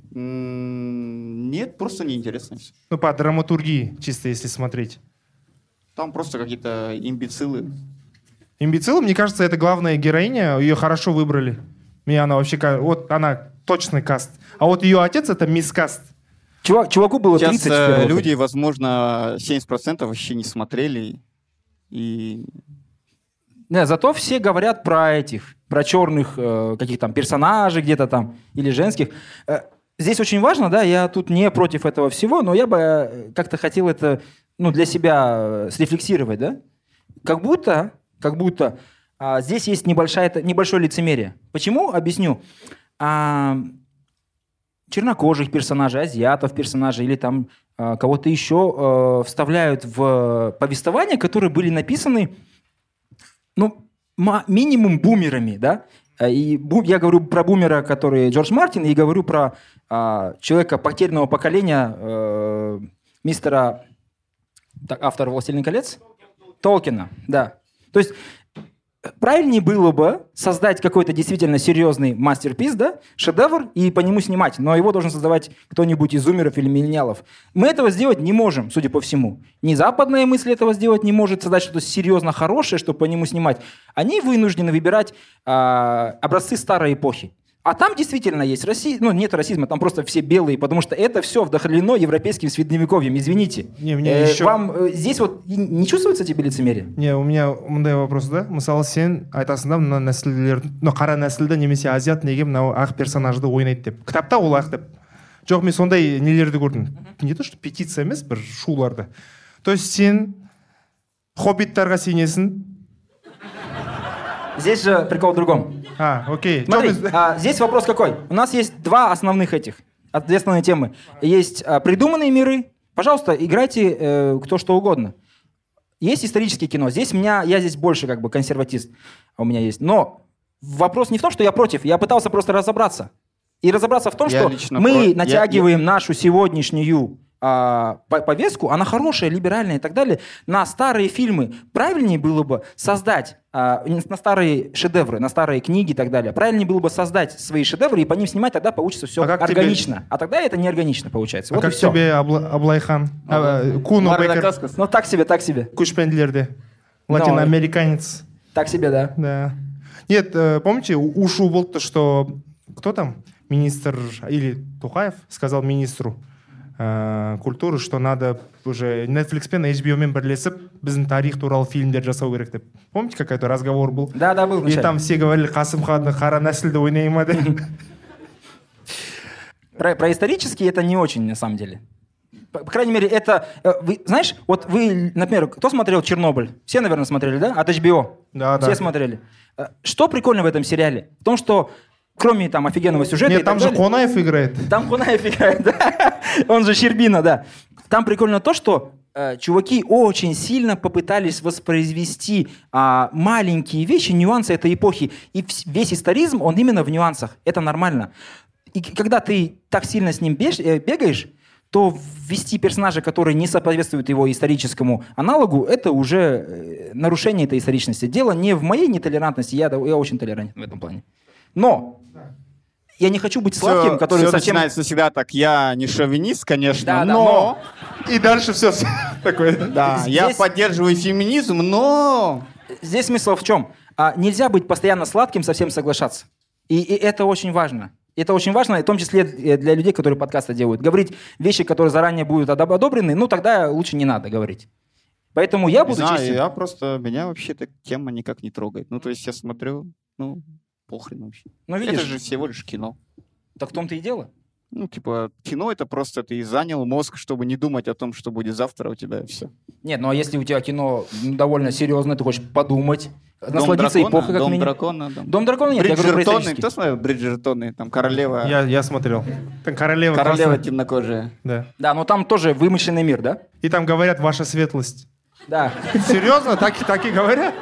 М, Нет, просто неинтересно всё. Ну, по драматургии, чисто если смотреть. Там просто какие-то имбецилы. Имбецил, мне кажется, это главная героиня. Ее хорошо выбрали. Мне она вообще... ка- Вот она точный каст. А вот ее отец — это мискаст. Чувак, чуваку было Сейчас тридцать. в э, первую люди, возможно, семьдесят процентов вообще не смотрели. И Не, зато все говорят про этих, про черных э, каких там персонажей где-то там, или женских. Э, здесь очень важно, да, я тут не против этого всего, но я бы э, как-то хотел это, ну, для себя э, срефлексировать, да. Как будто, как будто а, здесь есть небольшая, это- небольшое лицемерие. Почему? Объясню. А, чернокожих персонажей, азиатов персонажей или там а, кого-то еще э, вставляют в повествования, которые были написаны, ну, ма- минимум бумерами, да? Э, И бу- я говорю про бумера, который Джордж Мартин, и говорю про а, человека потерянного поколения э, мистера, так, автора «Властелин колец», Толкина, да. То есть правильнее было бы создать какой-то действительно серьезный мастерпис, да, шедевр, и по нему снимать. Но его должен создавать кто-нибудь из зумеров или миллениалов. Мы этого сделать не можем, судя по всему. Ни западная мысль этого сделать не может, создать что-то серьезно хорошее, чтобы по нему снимать. Они вынуждены выбирать а, образцы старой эпохи. А там действительно есть расизм, ну нет расизма, там просто все белые, потому что это все вдохновлено европейским средневековьем, извините. Не, мне э, еще... Вам э, здесь вот не чувствуется тебе лицемерие? Не, у меня мындай вопрос, да? Мысалы, сен айтасың да, мына нәсілдер, ну, қара нәсілді немесе азиат неге мынау ақ персонажды ойнайды деп. Кітапта ол ақ деп. Жоқ, мен сондай нелерді көрдім. Не то, что петиция емес, бір шуларды. То есть сен хоббиттарға сенесің. Здесь же прикол в другом. А, окей. Смотри, а, здесь вопрос какой? У нас есть два основных этих, две основные темы. Есть а, придуманные миры. Пожалуйста, играйте э, кто что угодно. Есть историческое кино. Здесь меня, я здесь больше как бы консерватист у меня есть. Но вопрос не в том, что я против. Я пытался просто разобраться. И разобраться в том, я что мы про... натягиваем я, я... нашу сегодняшнюю а, повестку, она хорошая, либеральная и так далее, на старые фильмы. Правильнее было бы создать, а, на старые шедевры, на старые книги и так далее, правильнее было бы создать свои шедевры и по ним снимать, тогда получится все а органично. Тебе... А тогда это не органично получается. А вот как тебе Абла... Аблайхан? А, Куно Бекер? Ну так себе, так себе. Кушпендлерде. Латиноамериканец. Так себе, да. Да. Нет, помните, ушу было то, что кто там? Министр или Тухаев сказал министру э, культуры, что надо уже Netflix пен эйч би о-мен бірлесіп біздің тарих туралы фильмдер жасау керек деп. Помните, какой-то разговор был? Да, да, был. И там все говорили, Қасым ханды қара нәсілді ойнай ма деп. Про, про исторические это не очень, на самом деле. По, по крайней мере, это... Вы, знаешь, вот вы, например, кто смотрел «Чернобыль»? Все, наверное, смотрели, да? От эйч би о. Да, Все да. смотрели. Что прикольно в этом сериале? В том, что кроме там офигенного сюжета... Нет, там же далее, Конаев играет. Там Конаев играет, да. Он же Щербина, да. Там прикольно то, что э, чуваки очень сильно попытались воспроизвести э, маленькие вещи, нюансы этой эпохи. И весь историзм, он именно в нюансах. Это нормально. И когда ты так сильно с ним бегаешь, то ввести персонажа, который не соответствует его историческому аналогу, это уже нарушение этой историчности. Дело не в моей нетолерантности, я, я очень толерантен в этом плане. Но я не хочу быть сладким, все, который все совсем... начинается всегда так. Я не шовинист, конечно, да, да, но... но... И дальше все такое. Да, Здесь... я поддерживаю феминизм, но... Здесь смысл в чем? А, нельзя быть постоянно сладким, совсем соглашаться. И, и это очень важно. Это очень важно, в том числе для людей, которые подкасты делают. Говорить вещи, которые заранее будут одобрены, ну тогда лучше не надо говорить. Поэтому я буду не знаю, честен. Я просто... Меня вообще эта тема никак не трогает. Ну, то есть я смотрю, ну... Похрен вообще. Ну, видишь, это же всего лишь кино. Так в том-то и дело. Ну, типа, кино — это просто ты занял мозг, чтобы не думать о том, что будет завтра у тебя, и все. Нет, ну а если у тебя кино довольно серьезное, ты хочешь подумать, Дом насладиться дракона, эпохой, как Дом минимум. дракона. Дом, Дом дракона нет, я говорю про Бриджертоны. исторический. Кто смотрел Бриджертоны? Там королева... Я, я смотрел. Там королева. Королева классная. темнокожая. Да. Да, но там тоже вымышленный мир, да? И там говорят «Ваша светлость». Да. Серьезно? Так, так и говорят?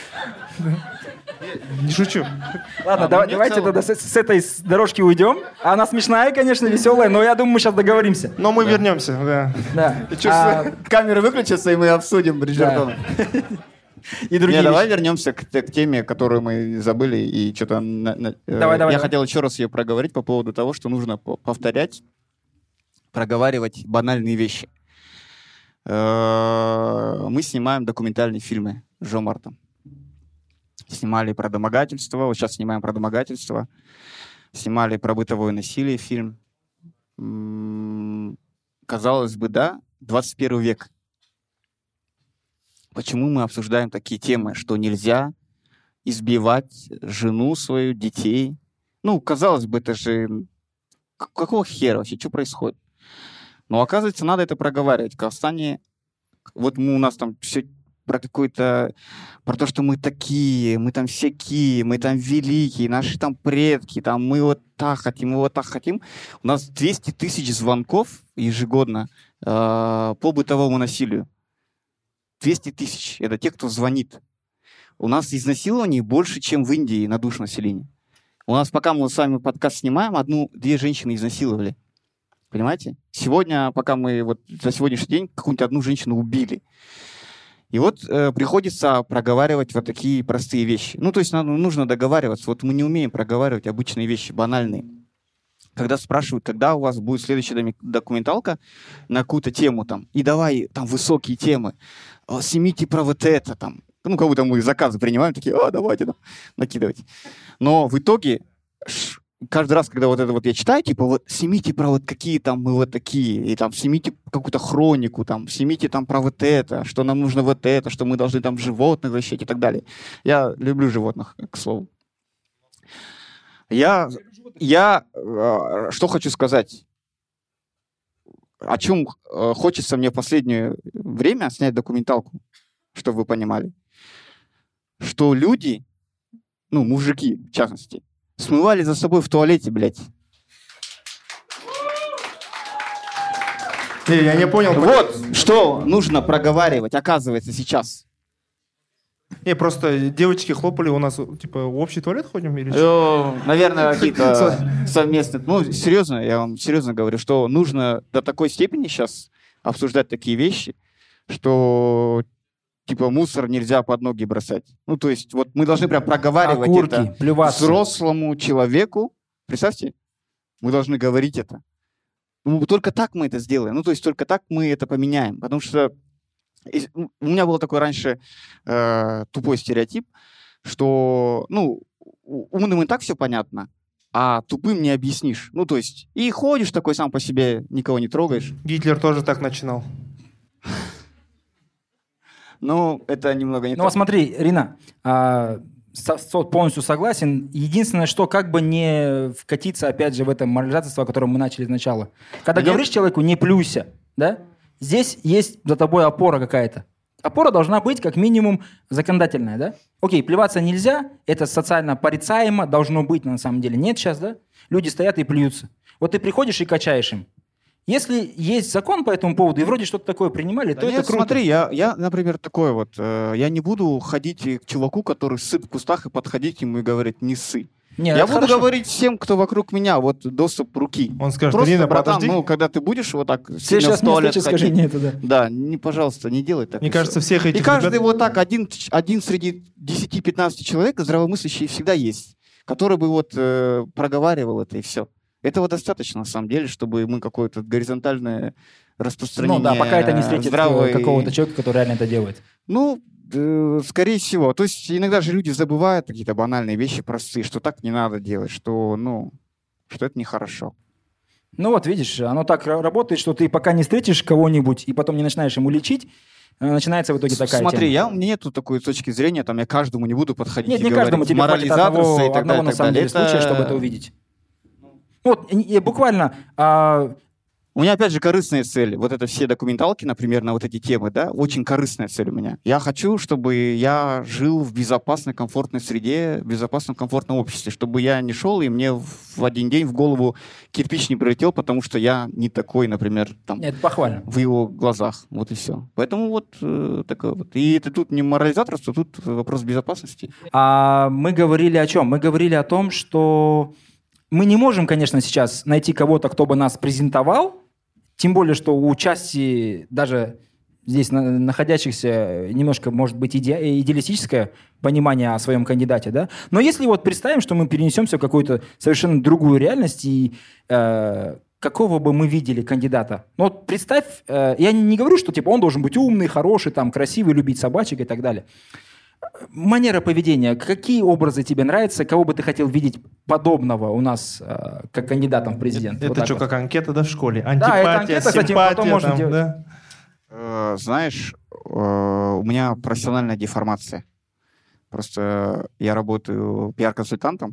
Не шучу. Ладно, А, давай, мне давайте целом- тогда с, с этой с дорожки уйдем. Она смешная, конечно, веселая, но я думаю, мы сейчас договоримся. Но мы вернемся, да. Да. И чё, А, с- камеры выключатся, и мы обсудим Бриджертоны. и другие Не, давай вещи. вернемся к, к теме, которую мы забыли, и что-то... на- на- э, Давай, давай, Я давай. хотел еще раз ее проговорить по поводу того, что нужно по- повторять, проговаривать банальные вещи. Э, Мы снимаем документальные фильмы с Жо Мартом. Снимали про домогательство, вот сейчас снимаем про домогательство. Снимали про бытовое насилие фильм. М, Казалось бы, да, двадцать первый век. Почему мы обсуждаем такие темы, что нельзя избивать жену свою, детей? Ну, казалось бы, это же... к- Какого хера вообще? Что происходит? Но оказывается, надо это проговаривать. В Казахстане... Вот мы, у нас там все про какой-то... Про то, что мы такие, мы там всякие, мы там великие, наши там предки, там мы вот так хотим, мы вот так хотим. У нас двести тысяч звонков ежегодно э, по бытовому насилию. двести тысяч. Это те, кто звонит. У нас изнасилований больше, чем в Индии на душу населения. У нас, пока мы с вами подкаст снимаем, одну-две женщины изнасиловали. Понимаете? Сегодня, пока мы вот за сегодняшний день какую-нибудь одну женщину убили. И вот э, приходится проговаривать вот такие простые вещи. Ну, то есть нам нужно договариваться. Вот мы не умеем проговаривать обычные вещи, банальные. Когда спрашивают, когда у вас будет следующая документалка на какую-то тему, там, и давай, там, высокие темы, снимите про вот это, там, ну, как будто мы заказы принимаем, такие, а, давайте, да, накидывайте. Но в итоге, каждый раз, когда вот это вот я читаю, типа, вот, снимите про вот какие там мы вот такие, и там, снимите какую-то хронику, там, снимите там про вот это, что нам нужно вот это, что мы должны там животных защитить и так далее. Я люблю животных, к слову. Я, я э, что хочу сказать, о чем э, хочется мне в последнее время снять документалку, чтобы вы понимали, что люди, ну, мужики, в частности, смывали за собой в туалете, блядь. Не, я не понял. Вот, что нужно проговаривать, оказывается, сейчас. Не, просто девочки хлопали, у нас, типа, в общий туалет ходим или что? Наверное, какие-то совместные. Ну, серьезно, я вам серьезно говорю, что нужно до такой степени сейчас обсуждать такие вещи, что, типа, мусор нельзя под ноги бросать. Ну, то есть, вот мы должны прям проговаривать Окурки, это плеваться. Взрослому человеку. Представьте, мы должны говорить это. Ну, только так мы это сделаем. Ну, то есть, только так мы это поменяем. Потому что у меня был такой раньше э, тупой стереотип, что, ну, умным и так все понятно, а тупым не объяснишь. Ну, то есть, и ходишь такой сам по себе, никого не трогаешь. Гитлер тоже так начинал. Ну, это немного не Ну, так. вот смотри, Рина, а, со- со- полностью согласен. Единственное, что как бы не вкатиться, опять же, в это морализаторство, о котором мы начали сначала. Когда Нет. говоришь человеку «не плюйся», да, здесь есть за тобой опора какая-то. Опора должна быть как минимум законодательная, да? Окей, плеваться нельзя, это социально порицаемо, должно быть на самом деле. Нет сейчас, да? Люди стоят и плюются. Вот ты приходишь и качаешь им. Если есть закон по этому поводу, и вроде что-то такое принимали, Да то нет, это круто. смотри, я, я, например, такой вот, э, я не буду ходить к чуваку, который сыт в кустах, и подходить ему и говорить «не ссы». Нет, Я это буду хорошо. говорить всем, кто вокруг меня, вот доступ руки. Он скажет: Просто, Рина, братан, подожди. ну, когда ты будешь вот так В сильно следующий раз в туалет мне скажи ходить, не это, да. да, не, пожалуйста, не делай так. Мне и кажется, всё. всех И этих каждый ребят- вот так, один, один среди десяти-пятнадцати человек, здравомыслящий всегда есть, который бы вот э, проговаривал это и все. Этого достаточно, на самом деле, чтобы мы какое-то горизонтальное распространение Ну да, пока это не встретит здравой... какого-то человека, который реально это делает. Ну, э, скорее всего. То есть иногда же люди забывают какие-то банальные вещи простые, что так не надо делать, что, ну, что это нехорошо. Ну вот, видишь, оно так ра- работает, что ты пока не встретишь кого-нибудь и потом не начинаешь ему лечить, э, начинается в итоге такая Смотри, тема. я, у меня нету такой точки зрения, там, я каждому не буду подходить Нет, и не говорить, каждому, тебе хватит морализаторство одного, и так одного далее, на так самом далее. деле случая, чтобы это увидеть. Вот, и- и буквально... а, У меня, опять же, корыстные цели. Вот это все документалки, например, на вот эти темы, да, очень корыстная цель у меня. Я хочу, чтобы я жил в безопасной, комфортной среде, в безопасном, комфортном обществе, чтобы я не шел, и мне в один день в голову кирпич не прилетел, потому что я не такой, например, там, это похвально. в его глазах. Вот и все. Поэтому вот э, такое вот. И это тут не морализаторство, тут вопрос безопасности. А мы говорили о чем? Мы говорили о том, что мы не можем, конечно, сейчас найти кого-то, кто бы нас презентовал, тем более, что у части даже здесь на- находящихся немножко, может быть, иде- идеалистическое понимание о своем кандидате, да? Но если вот представим, что мы перенесемся в какую-то совершенно другую реальность, и э, какого бы мы видели кандидата? Ну вот представь, э, я не говорю, что типа он должен быть умный, хороший, там, красивый, любить собачек и так далее. Манера поведения. Какие образы тебе нравятся? Кого бы ты хотел видеть подобного у нас э, как кандидатом в президент? Это Вот так что, вот. как анкета, да, в школе? это Антипатия, анкета, кстати, симпатия, потом можно там, делать. да? Э, знаешь, э, у меня профессиональная деформация. Просто я работаю пиар-консультантом,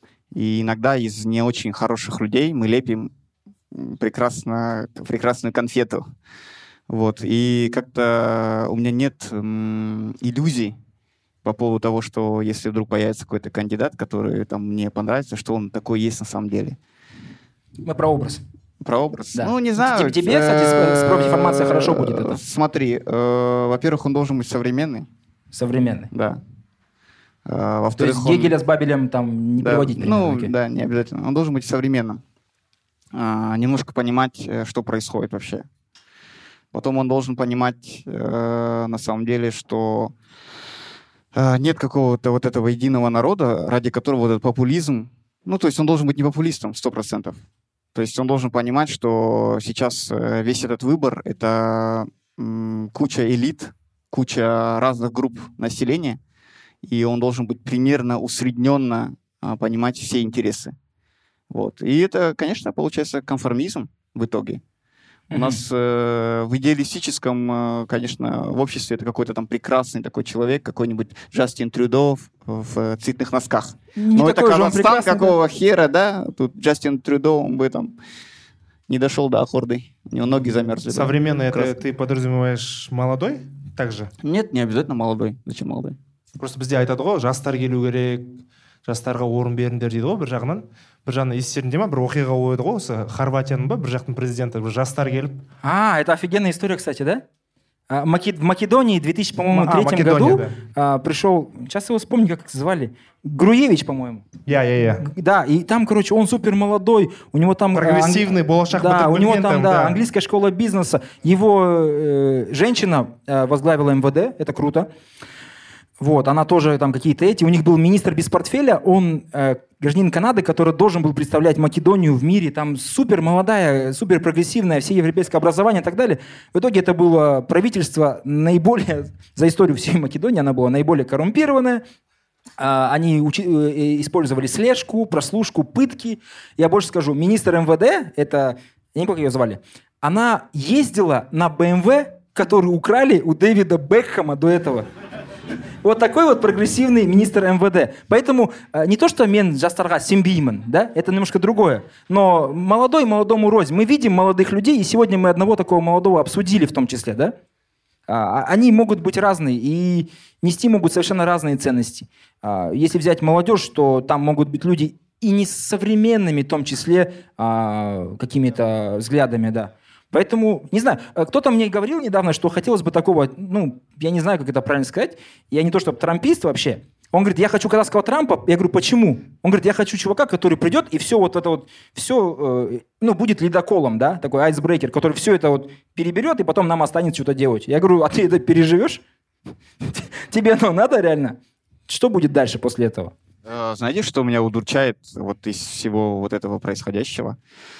и иногда из не очень хороших людей мы лепим м, прекрасно, прекрасную конфету. Вот. И как-то у меня нет м, иллюзий по поводу того, что если вдруг появится какой-то кандидат, который там, мне понравится, что он такой есть на самом деле. Мы про образ. Про образ? Да. Ну, не знаю. Тебе- тебе, кстати, с- с профдеформацией хорошо будет это. Смотри, э, во-первых, он должен быть современный, Современный. да. Э, То Во-вторых, есть он- Гегеля с Бабелем там не да, приводить. примерно, ну, окей. да, не обязательно. Он должен быть современным. А, немножко понимать, э, что происходит вообще. Потом он должен понимать, э, на самом деле, что э, нет какого-то вот этого единого народа, ради которого вот этот популизм, ну, то есть он должен быть не популистом, сто процентов. То есть он должен понимать, что сейчас э, весь этот выбор — это м, куча элит, куча разных групп населения, и он должен быть примерно усредненно э, понимать все интересы. Вот. И это, конечно, получается конформизм в итоге. У нас э, в идеалистическом, э, конечно, в обществе это какой-то там прекрасный такой человек, какой-нибудь Джастин Трюдо в, в цветных носках. Не Но это такой же он Казахстан, прекрасный, какого хера, да? Тут Джастин Трюдо, он бы там не дошел до Ахорды. У него ноги замерзли. Современный, да? это ты подразумеваешь молодой также? Нет, не обязательно молодой. Зачем молодой? Просто бізде айтады ғой, жастар келу керек, жастарға орын беріңдер дейді ғой бір жағынан. Бір жағынан естеріңде ма, бір оқиға болды ғой, осы Хорватияның ба, бір жақтың президенті, бір жастар келіп. А, это офигенная история, кстати, да? А, Маки... В Македонии в две тысячи третьем году да. а, пришел, сейчас его вспомню, как звали, Груевич, по-моему. Я, я, я. Да, и там, короче, он супер молодой, у него там... Прогрессивный, болашақ Да, у него там, там, да, да, английская школа бизнеса. Его э, женщина э, возглавила эм вэ дэ, это круто. Вот, она тоже там какие-то эти. У них был министр без портфеля, он э, гражданин Канады, который должен был представлять Македонию в мире, там супер молодая, супер прогрессивная, все европейское образование и так далее. В итоге это было правительство наиболее, за историю всей Македонии, она была наиболее коррумпированная. Э, они учи, э, использовали слежку, прослушку, пытки. Я больше скажу, министр эм вэ дэ, это, я не помню, как ее звали, она ездила на бэ эм вэ, который украли у Дэвида Бекхэма до этого. Вот такой вот прогрессивный министр эм вэ дэ. Поэтому э, не то, что мен жастарға сенбеймін, да, это немножко другое. Но молодой молодому рознь. Мы видим молодых людей, и сегодня мы одного такого молодого обсудили в том числе, да. А, они могут быть разные и нести могут совершенно разные ценности. А, если взять молодежь, то там могут быть люди и не с современными, в том числе, а, какими-то взглядами, да. Поэтому, не знаю, кто-то мне говорил недавно, что хотелось бы такого, ну, я не знаю, как это правильно сказать, я не то чтобы трампист вообще. Он говорит, я хочу казахского Трампа. Я говорю, почему? Он говорит, я хочу чувака, который придет и все вот это вот, все, э, ну, будет ледоколом, да, такой айсбрейкер, который все это вот переберет и потом нам останется что-то делать. Я говорю, а ты это переживешь? Тебе оно надо реально? Что будет дальше после этого? Знаете, что меня удручает вот из всего вот этого происходящего?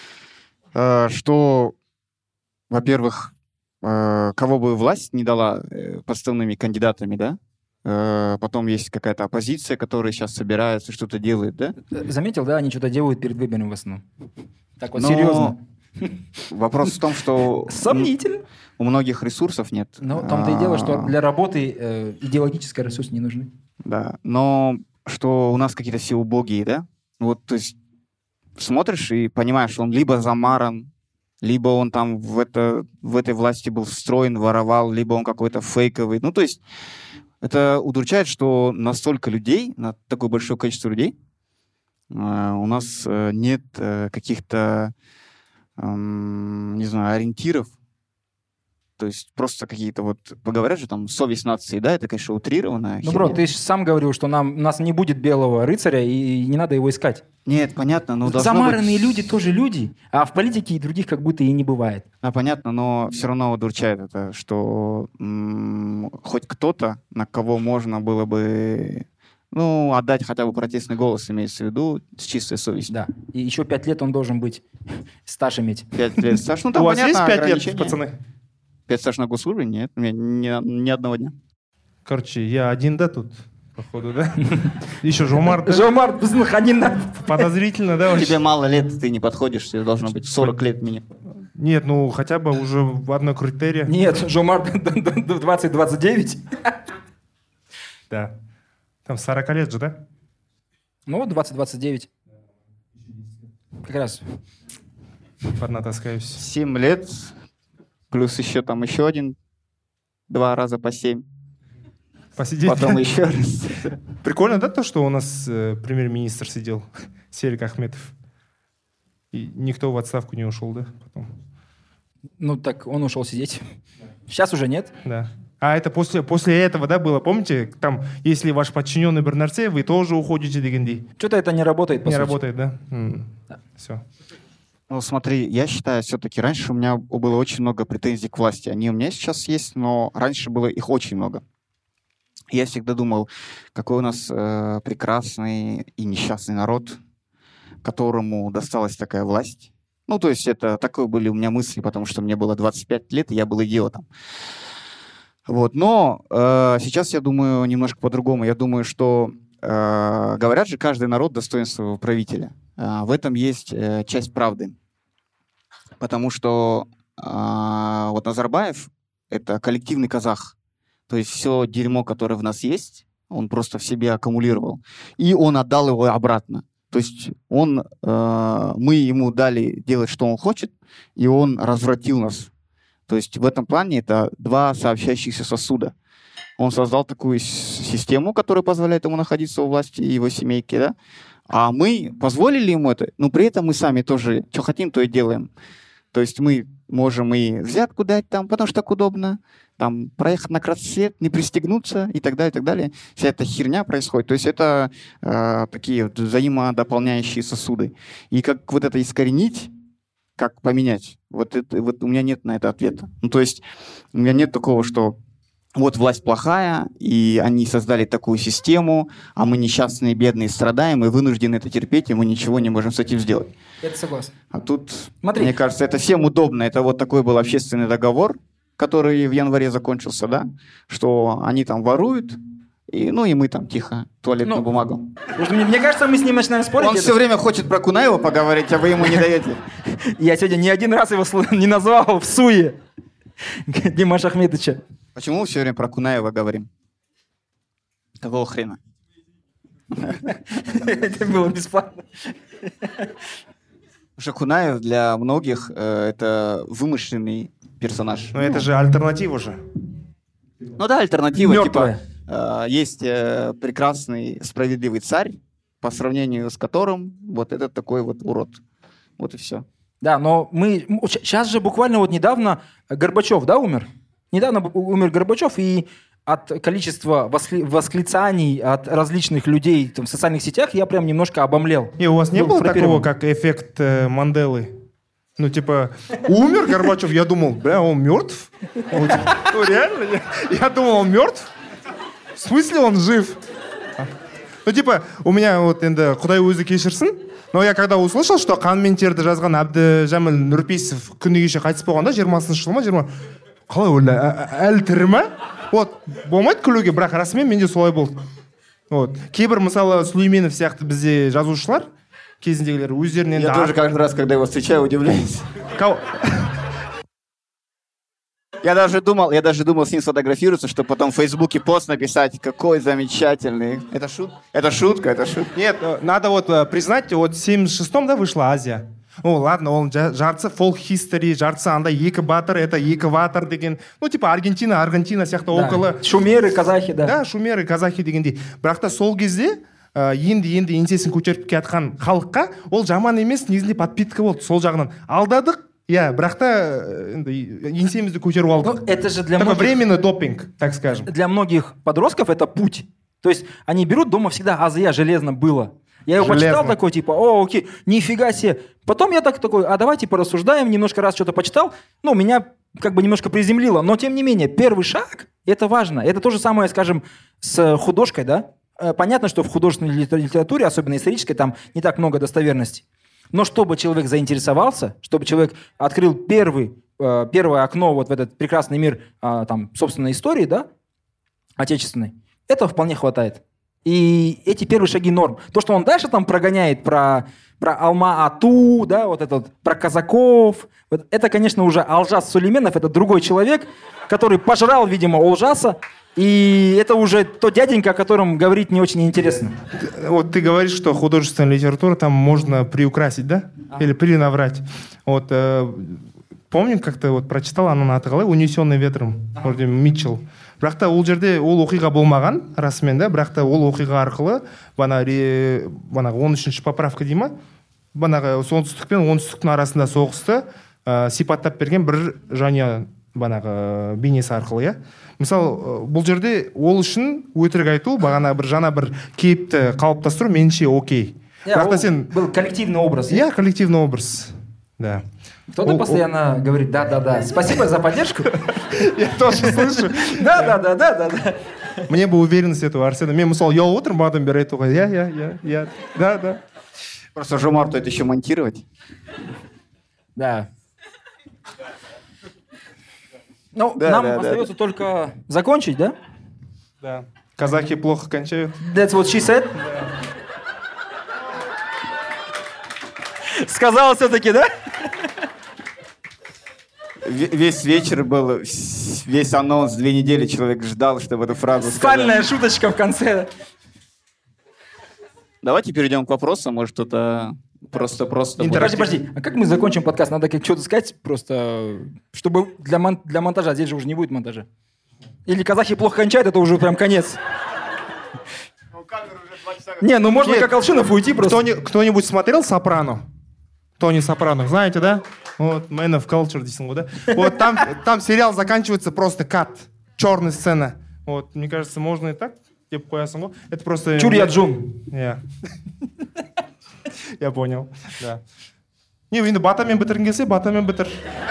Что... Во-первых, э, кого бы власть не дала э, подставными кандидатами, да? Э, потом есть какая-то оппозиция, которая сейчас собирается, что-то делает, да? Заметил, да? Они что-то делают перед выборами в основном. Так вот, Но серьезно. Вопрос в том, что... Сомнительно. У многих ресурсов нет. Но в том-то и дело, что для работы э, идеологические ресурсы не нужны. Да, но что у нас какие-то все убогие, да? Вот, то есть смотришь и понимаешь, он либо замаран, либо он там в, это, в этой власти был встроен, воровал, либо он какой-то фейковый. Ну, то есть это удручает, что настолько людей, на такое большое количество людей, э, у нас э, нет э, каких-то, э, не знаю, ориентиров. То есть просто какие-то вот, поговорят же там, совесть нации, да, это, конечно, утрированная. Ну, бро, ты же сам говорил, что нам, у нас не будет белого рыцаря, и не надо его искать. Нет, понятно, но должно Замаранные быть... люди тоже люди, а в политике и других как будто и не бывает. Да, понятно, но все равно удручает это, что м- хоть кто-то, на кого можно было бы, ну, отдать хотя бы протестный голос, имеется в виду, с чистой совестью. Да, и еще пять лет он должен быть стаж иметь. Пять лет стаж, ну там У вас есть понятно, пять лет, ограничения. пацаны? Пять стаж на госслужбе? Нет, у меня ни, ни одного дня. Короче, я один, да, тут, походу, да? Еще Жомарт, да? Жомарт, один надо. Подозрительно, да? Тебе мало лет, ты не подходишь, тебе должно быть сорок лет минимум. Нет, ну хотя бы уже в одной критерии. Нет, Жомарт двадцать двадцать девять. Да. Там сорок лет же, да? Ну вот двадцать двадцать девять. Как раз. Поднатаскаюсь. Семь лет, плюс еще там еще один, два раза по семь. Посидеть. Потом еще раз. Прикольно, да, то, что у нас э, премьер-министр сидел, Серик Ахметов. И никто в отставку не ушел, да, потом? Ну так он ушел сидеть. Сейчас уже нет. Да. А это после, после этого, да, было? Помните, там, если ваш подчиненный бір нәрсе, вы тоже уходите дегендей. Что-то это не работает, по Не сути. работает, да? М. Да. Все. Ну, смотри, я считаю, все-таки раньше у меня было очень много претензий к власти. Они у меня сейчас есть, но раньше было их очень много. Я всегда думал, какой у нас э, прекрасный и несчастный народ, которому досталась такая власть. Ну, то есть это такое были у меня мысли, потому что мне было двадцать пять лет, и я был идиотом. Вот. Но э, сейчас я думаю немножко по-другому. Я думаю, что э, говорят же, каждый народ достоин своего правителя. Э, в этом есть э, часть правды. Потому что э, вот Назарбаев — это коллективный казах. То есть все дерьмо, которое в нас есть, он просто в себе аккумулировал. И он отдал его обратно. То есть он, э, мы ему дали делать, что он хочет, и он развратил нас. То есть в этом плане это два сообщающихся сосуда. Он создал такую систему, которая позволяет ему находиться у власти и его семейке, да? А мы позволили ему это, но при этом мы сами тоже, что хотим, то и делаем. То есть мы можем и взятку дать там, потому что так удобно, там, проехать на красный свет, не пристегнуться и так далее, и так далее. Вся эта херня происходит. То есть это э, такие вот взаимодополняющие сосуды. И как вот это искоренить, как поменять, вот, это, вот у меня нет на это ответа. Ну, то есть у меня нет такого, что вот власть плохая, и они создали такую систему, а мы несчастные, бедные, страдаем, и вынуждены это терпеть, и мы ничего не можем с этим сделать. Это согласен. А тут, Смотри. Мне кажется, это всем удобно. Это вот такой был общественный договор, который в январе закончился, да, что они там воруют, и, ну и мы там тихо, туалетную ну, бумагу. Мне, мне кажется, мы с ним начинаем спорить. Он это... все время хочет про Кунаева поговорить, а вы ему не даете. Я сегодня ни один раз его не назвал в суе Димаша Ахмедовича. Почему мы все время про Кунаева говорим? Какого хрена? Это было бесплатно. Потому что Кунаев для многих э, это вымышленный персонаж. Но это же альтернатива же. Ну да, альтернатива. Мертвая. Типа, э, есть э, прекрасный, справедливый царь, по сравнению с которым вот этот такой вот урод. Вот и все. Да, но мы... Сейчас же буквально вот недавно Горбачев, да, умер? Недавно умер Горбачев, и от количества воскли... восклицаний от различных людей там, в социальных сетях я прям немножко обомлел. И у вас не ну, было такого, как эффект э, Манделы? Ну, типа, умер Горбачев, я думал, бля, он мертв? Он, ну, реально? Я, я думал, он мертв? В смысле он жив? Ну, типа, у меня вот енді Құдай өзі кешірсін, но я когда услышал, что қан мен терді жазған Әбдіжәміл Нұрпейісов күні кеше қайтыс болғанда, жиырмасыншы жыл ма, жиырма қалай ойлай, әлі тірі ма? Вот, болмайды күлуге, бірақ расымен менде солай болды. Вот. Кейбір, мысалы, Сүлейменов сияқты бізде жазушылар, кезіндегілер өздерінен... Я тоже каждый раз, когда его встречаю, удивляюсь. Кау... Я даже думал, я даже думал с ним сфотографироваться, чтобы потом в Фейсбуке пост написать, какой замечательный. Это шут? Это шутка, это шутка. Нет, надо вот признать, вот в семьдесят шестом, да, вышла Азия. О, ладно, он жартысы folk history, жартысы андай екі батыр, это екі ватыр деген. Ну, типа Аргентина, Аргентина сияқты да. около... Шумеры, казахи, да. Да, шумеры, казахи дегендей. Бірақ та сол кезде енді-енді еңсесін көтеріп келатқан халыққа ол жаман емес, негізінде подпитка болды сол жағынан. Алдадық, я, бірақ та еңсемізді көтеріп алдық. Ну, это же для Такой многих... временный допинг, так скажем. Для многих подростков это путь. То есть они берут, дома всегда Азия железно было. Я его Железно. почитал такой, типа, о, окей, нифига себе. Потом я так такой, а давайте порассуждаем, немножко раз что-то почитал. Ну, меня как бы немножко приземлило. Но, тем не менее, первый шаг, это важно. Это то же самое, скажем, с художкой, да? Понятно, что в художественной литературе, особенно исторической, там не так много достоверности. Но чтобы человек заинтересовался, чтобы человек открыл первый, э, первое окно вот в этот прекрасный мир э, там, собственной истории, да, отечественной, этого вполне хватает. И эти первые шаги норм. То, что он дальше там прогоняет про, про Алма-Ату, да, вот этот, про казаков, вот это, конечно, уже Алжас Сулейменов, это другой человек, который пожрал, видимо, Олжаса, и это уже тот дяденька, о котором говорить не очень интересно. Вот ты говоришь, что художественная литература там можно приукрасить, да? А. Или перенаврать. Вот э, помню, как-то вот прочитал ананы аты қалай, «Унесенный ветром», вроде Митчелл. Бірақ та ол жерде ол оқиға болмаған, расымен да, бірақ та ол оқиға арқылы банағы он үшінші поправка дей ма, банағы солтүстік пен оңтүстіктің арасында соғысты ә, сипаттап берген бір жанұя банағы бейнесі арқылы, иә. Мысалы, бұл жерде ол үшін өтірік айту, бағана бір жана бір кейіпті қалыптастыру меніңше окей. Бірақ та сен... Был коллективный образ. Иә, коллективный образ. Да. Кто-то постоянно говорит, да-да-да, спасибо за поддержку. Я тоже слышу. Да-да-да-да-да. Мне бы уверенность этого Арсена. Мен мысалы ұялып отырмын, бадам бері айтуға. Я, я, я, я. Да, да. Просто Жомарту это еще монтировать. Да. Ну, Да, нам да, да, остается только закончить, да? Да. Казахи плохо кончают. That's what she said? Сказала все-таки, да? В- Весь вечер был, весь анонс, две недели человек ждал, чтобы эту фразу сказать. Спальная шуточка в конце. Давайте перейдем к вопросам, может кто-то просто-просто... будет- Подожди, подожди. А как мы закончим подкаст? Надо как что-то сказать просто, чтобы для, мон- для монтажа. Здесь же уже не будет монтажа. Или казахи плохо кончают, это уже прям конец. Не, ну можно Нет. как Алшинов уйти просто. Кто-ни- Кто-нибудь смотрел «Сопрано»? Тони Сопрано, знаете, да? Вот, Man of Culture, дейсің ғой, да? Вот там, там сериал заканчивается просто кат, черная сцена. Вот, мне кажется, можно и так деп қоясың ғой. Это просто... Чурья Джун. Я. Я понял, да. Не, енді батамен бітіргің келсе, батамен бітір.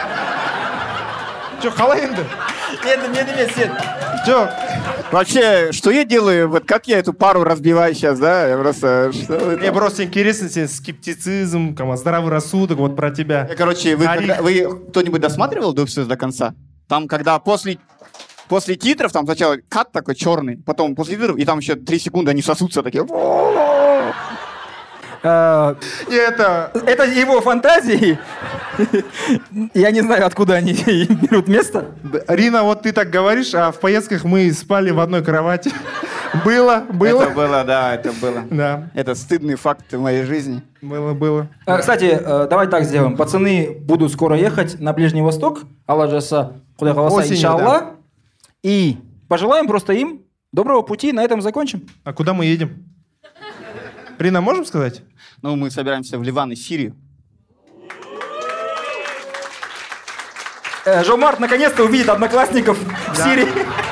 Жоқ, қалай енді? Нет, нет, нет, нет. Жоқ. Вообще, что я делаю? Вот как я эту пару разбиваю сейчас, да? Я просто... Что это? Мне просто интересно, сен скептицизм, кама, здравый рассудок, вот про тебя. Я, Короче, вы, Арик. когда- вы кто-нибудь досматривал Дубсус до конца? Там, когда после, после титров, там сначала кат такой черный, потом после титров, и там еще три секунды они сосутся такие. А, И это... Это его фантазии. Я не знаю, откуда они берут место. Рина, вот ты так говоришь, а в поездках мы спали в одной кровати. Было, было. Это было, да, это было. Да, Это стыдный факт в моей жизни. было, было. А, Кстати, э, давай так сделаем. Пацаны будут скоро ехать на Ближний Восток. Алла жаса, Худай халаса, Осенью, иншалла. И пожелаем просто им доброго пути. На этом закончим. А куда мы едем? Рина, можем сказать? Ну, мы собираемся в Ливан и Сирию. Э, Жомарт наконец-то увидит одноклассников в Да. Сирии.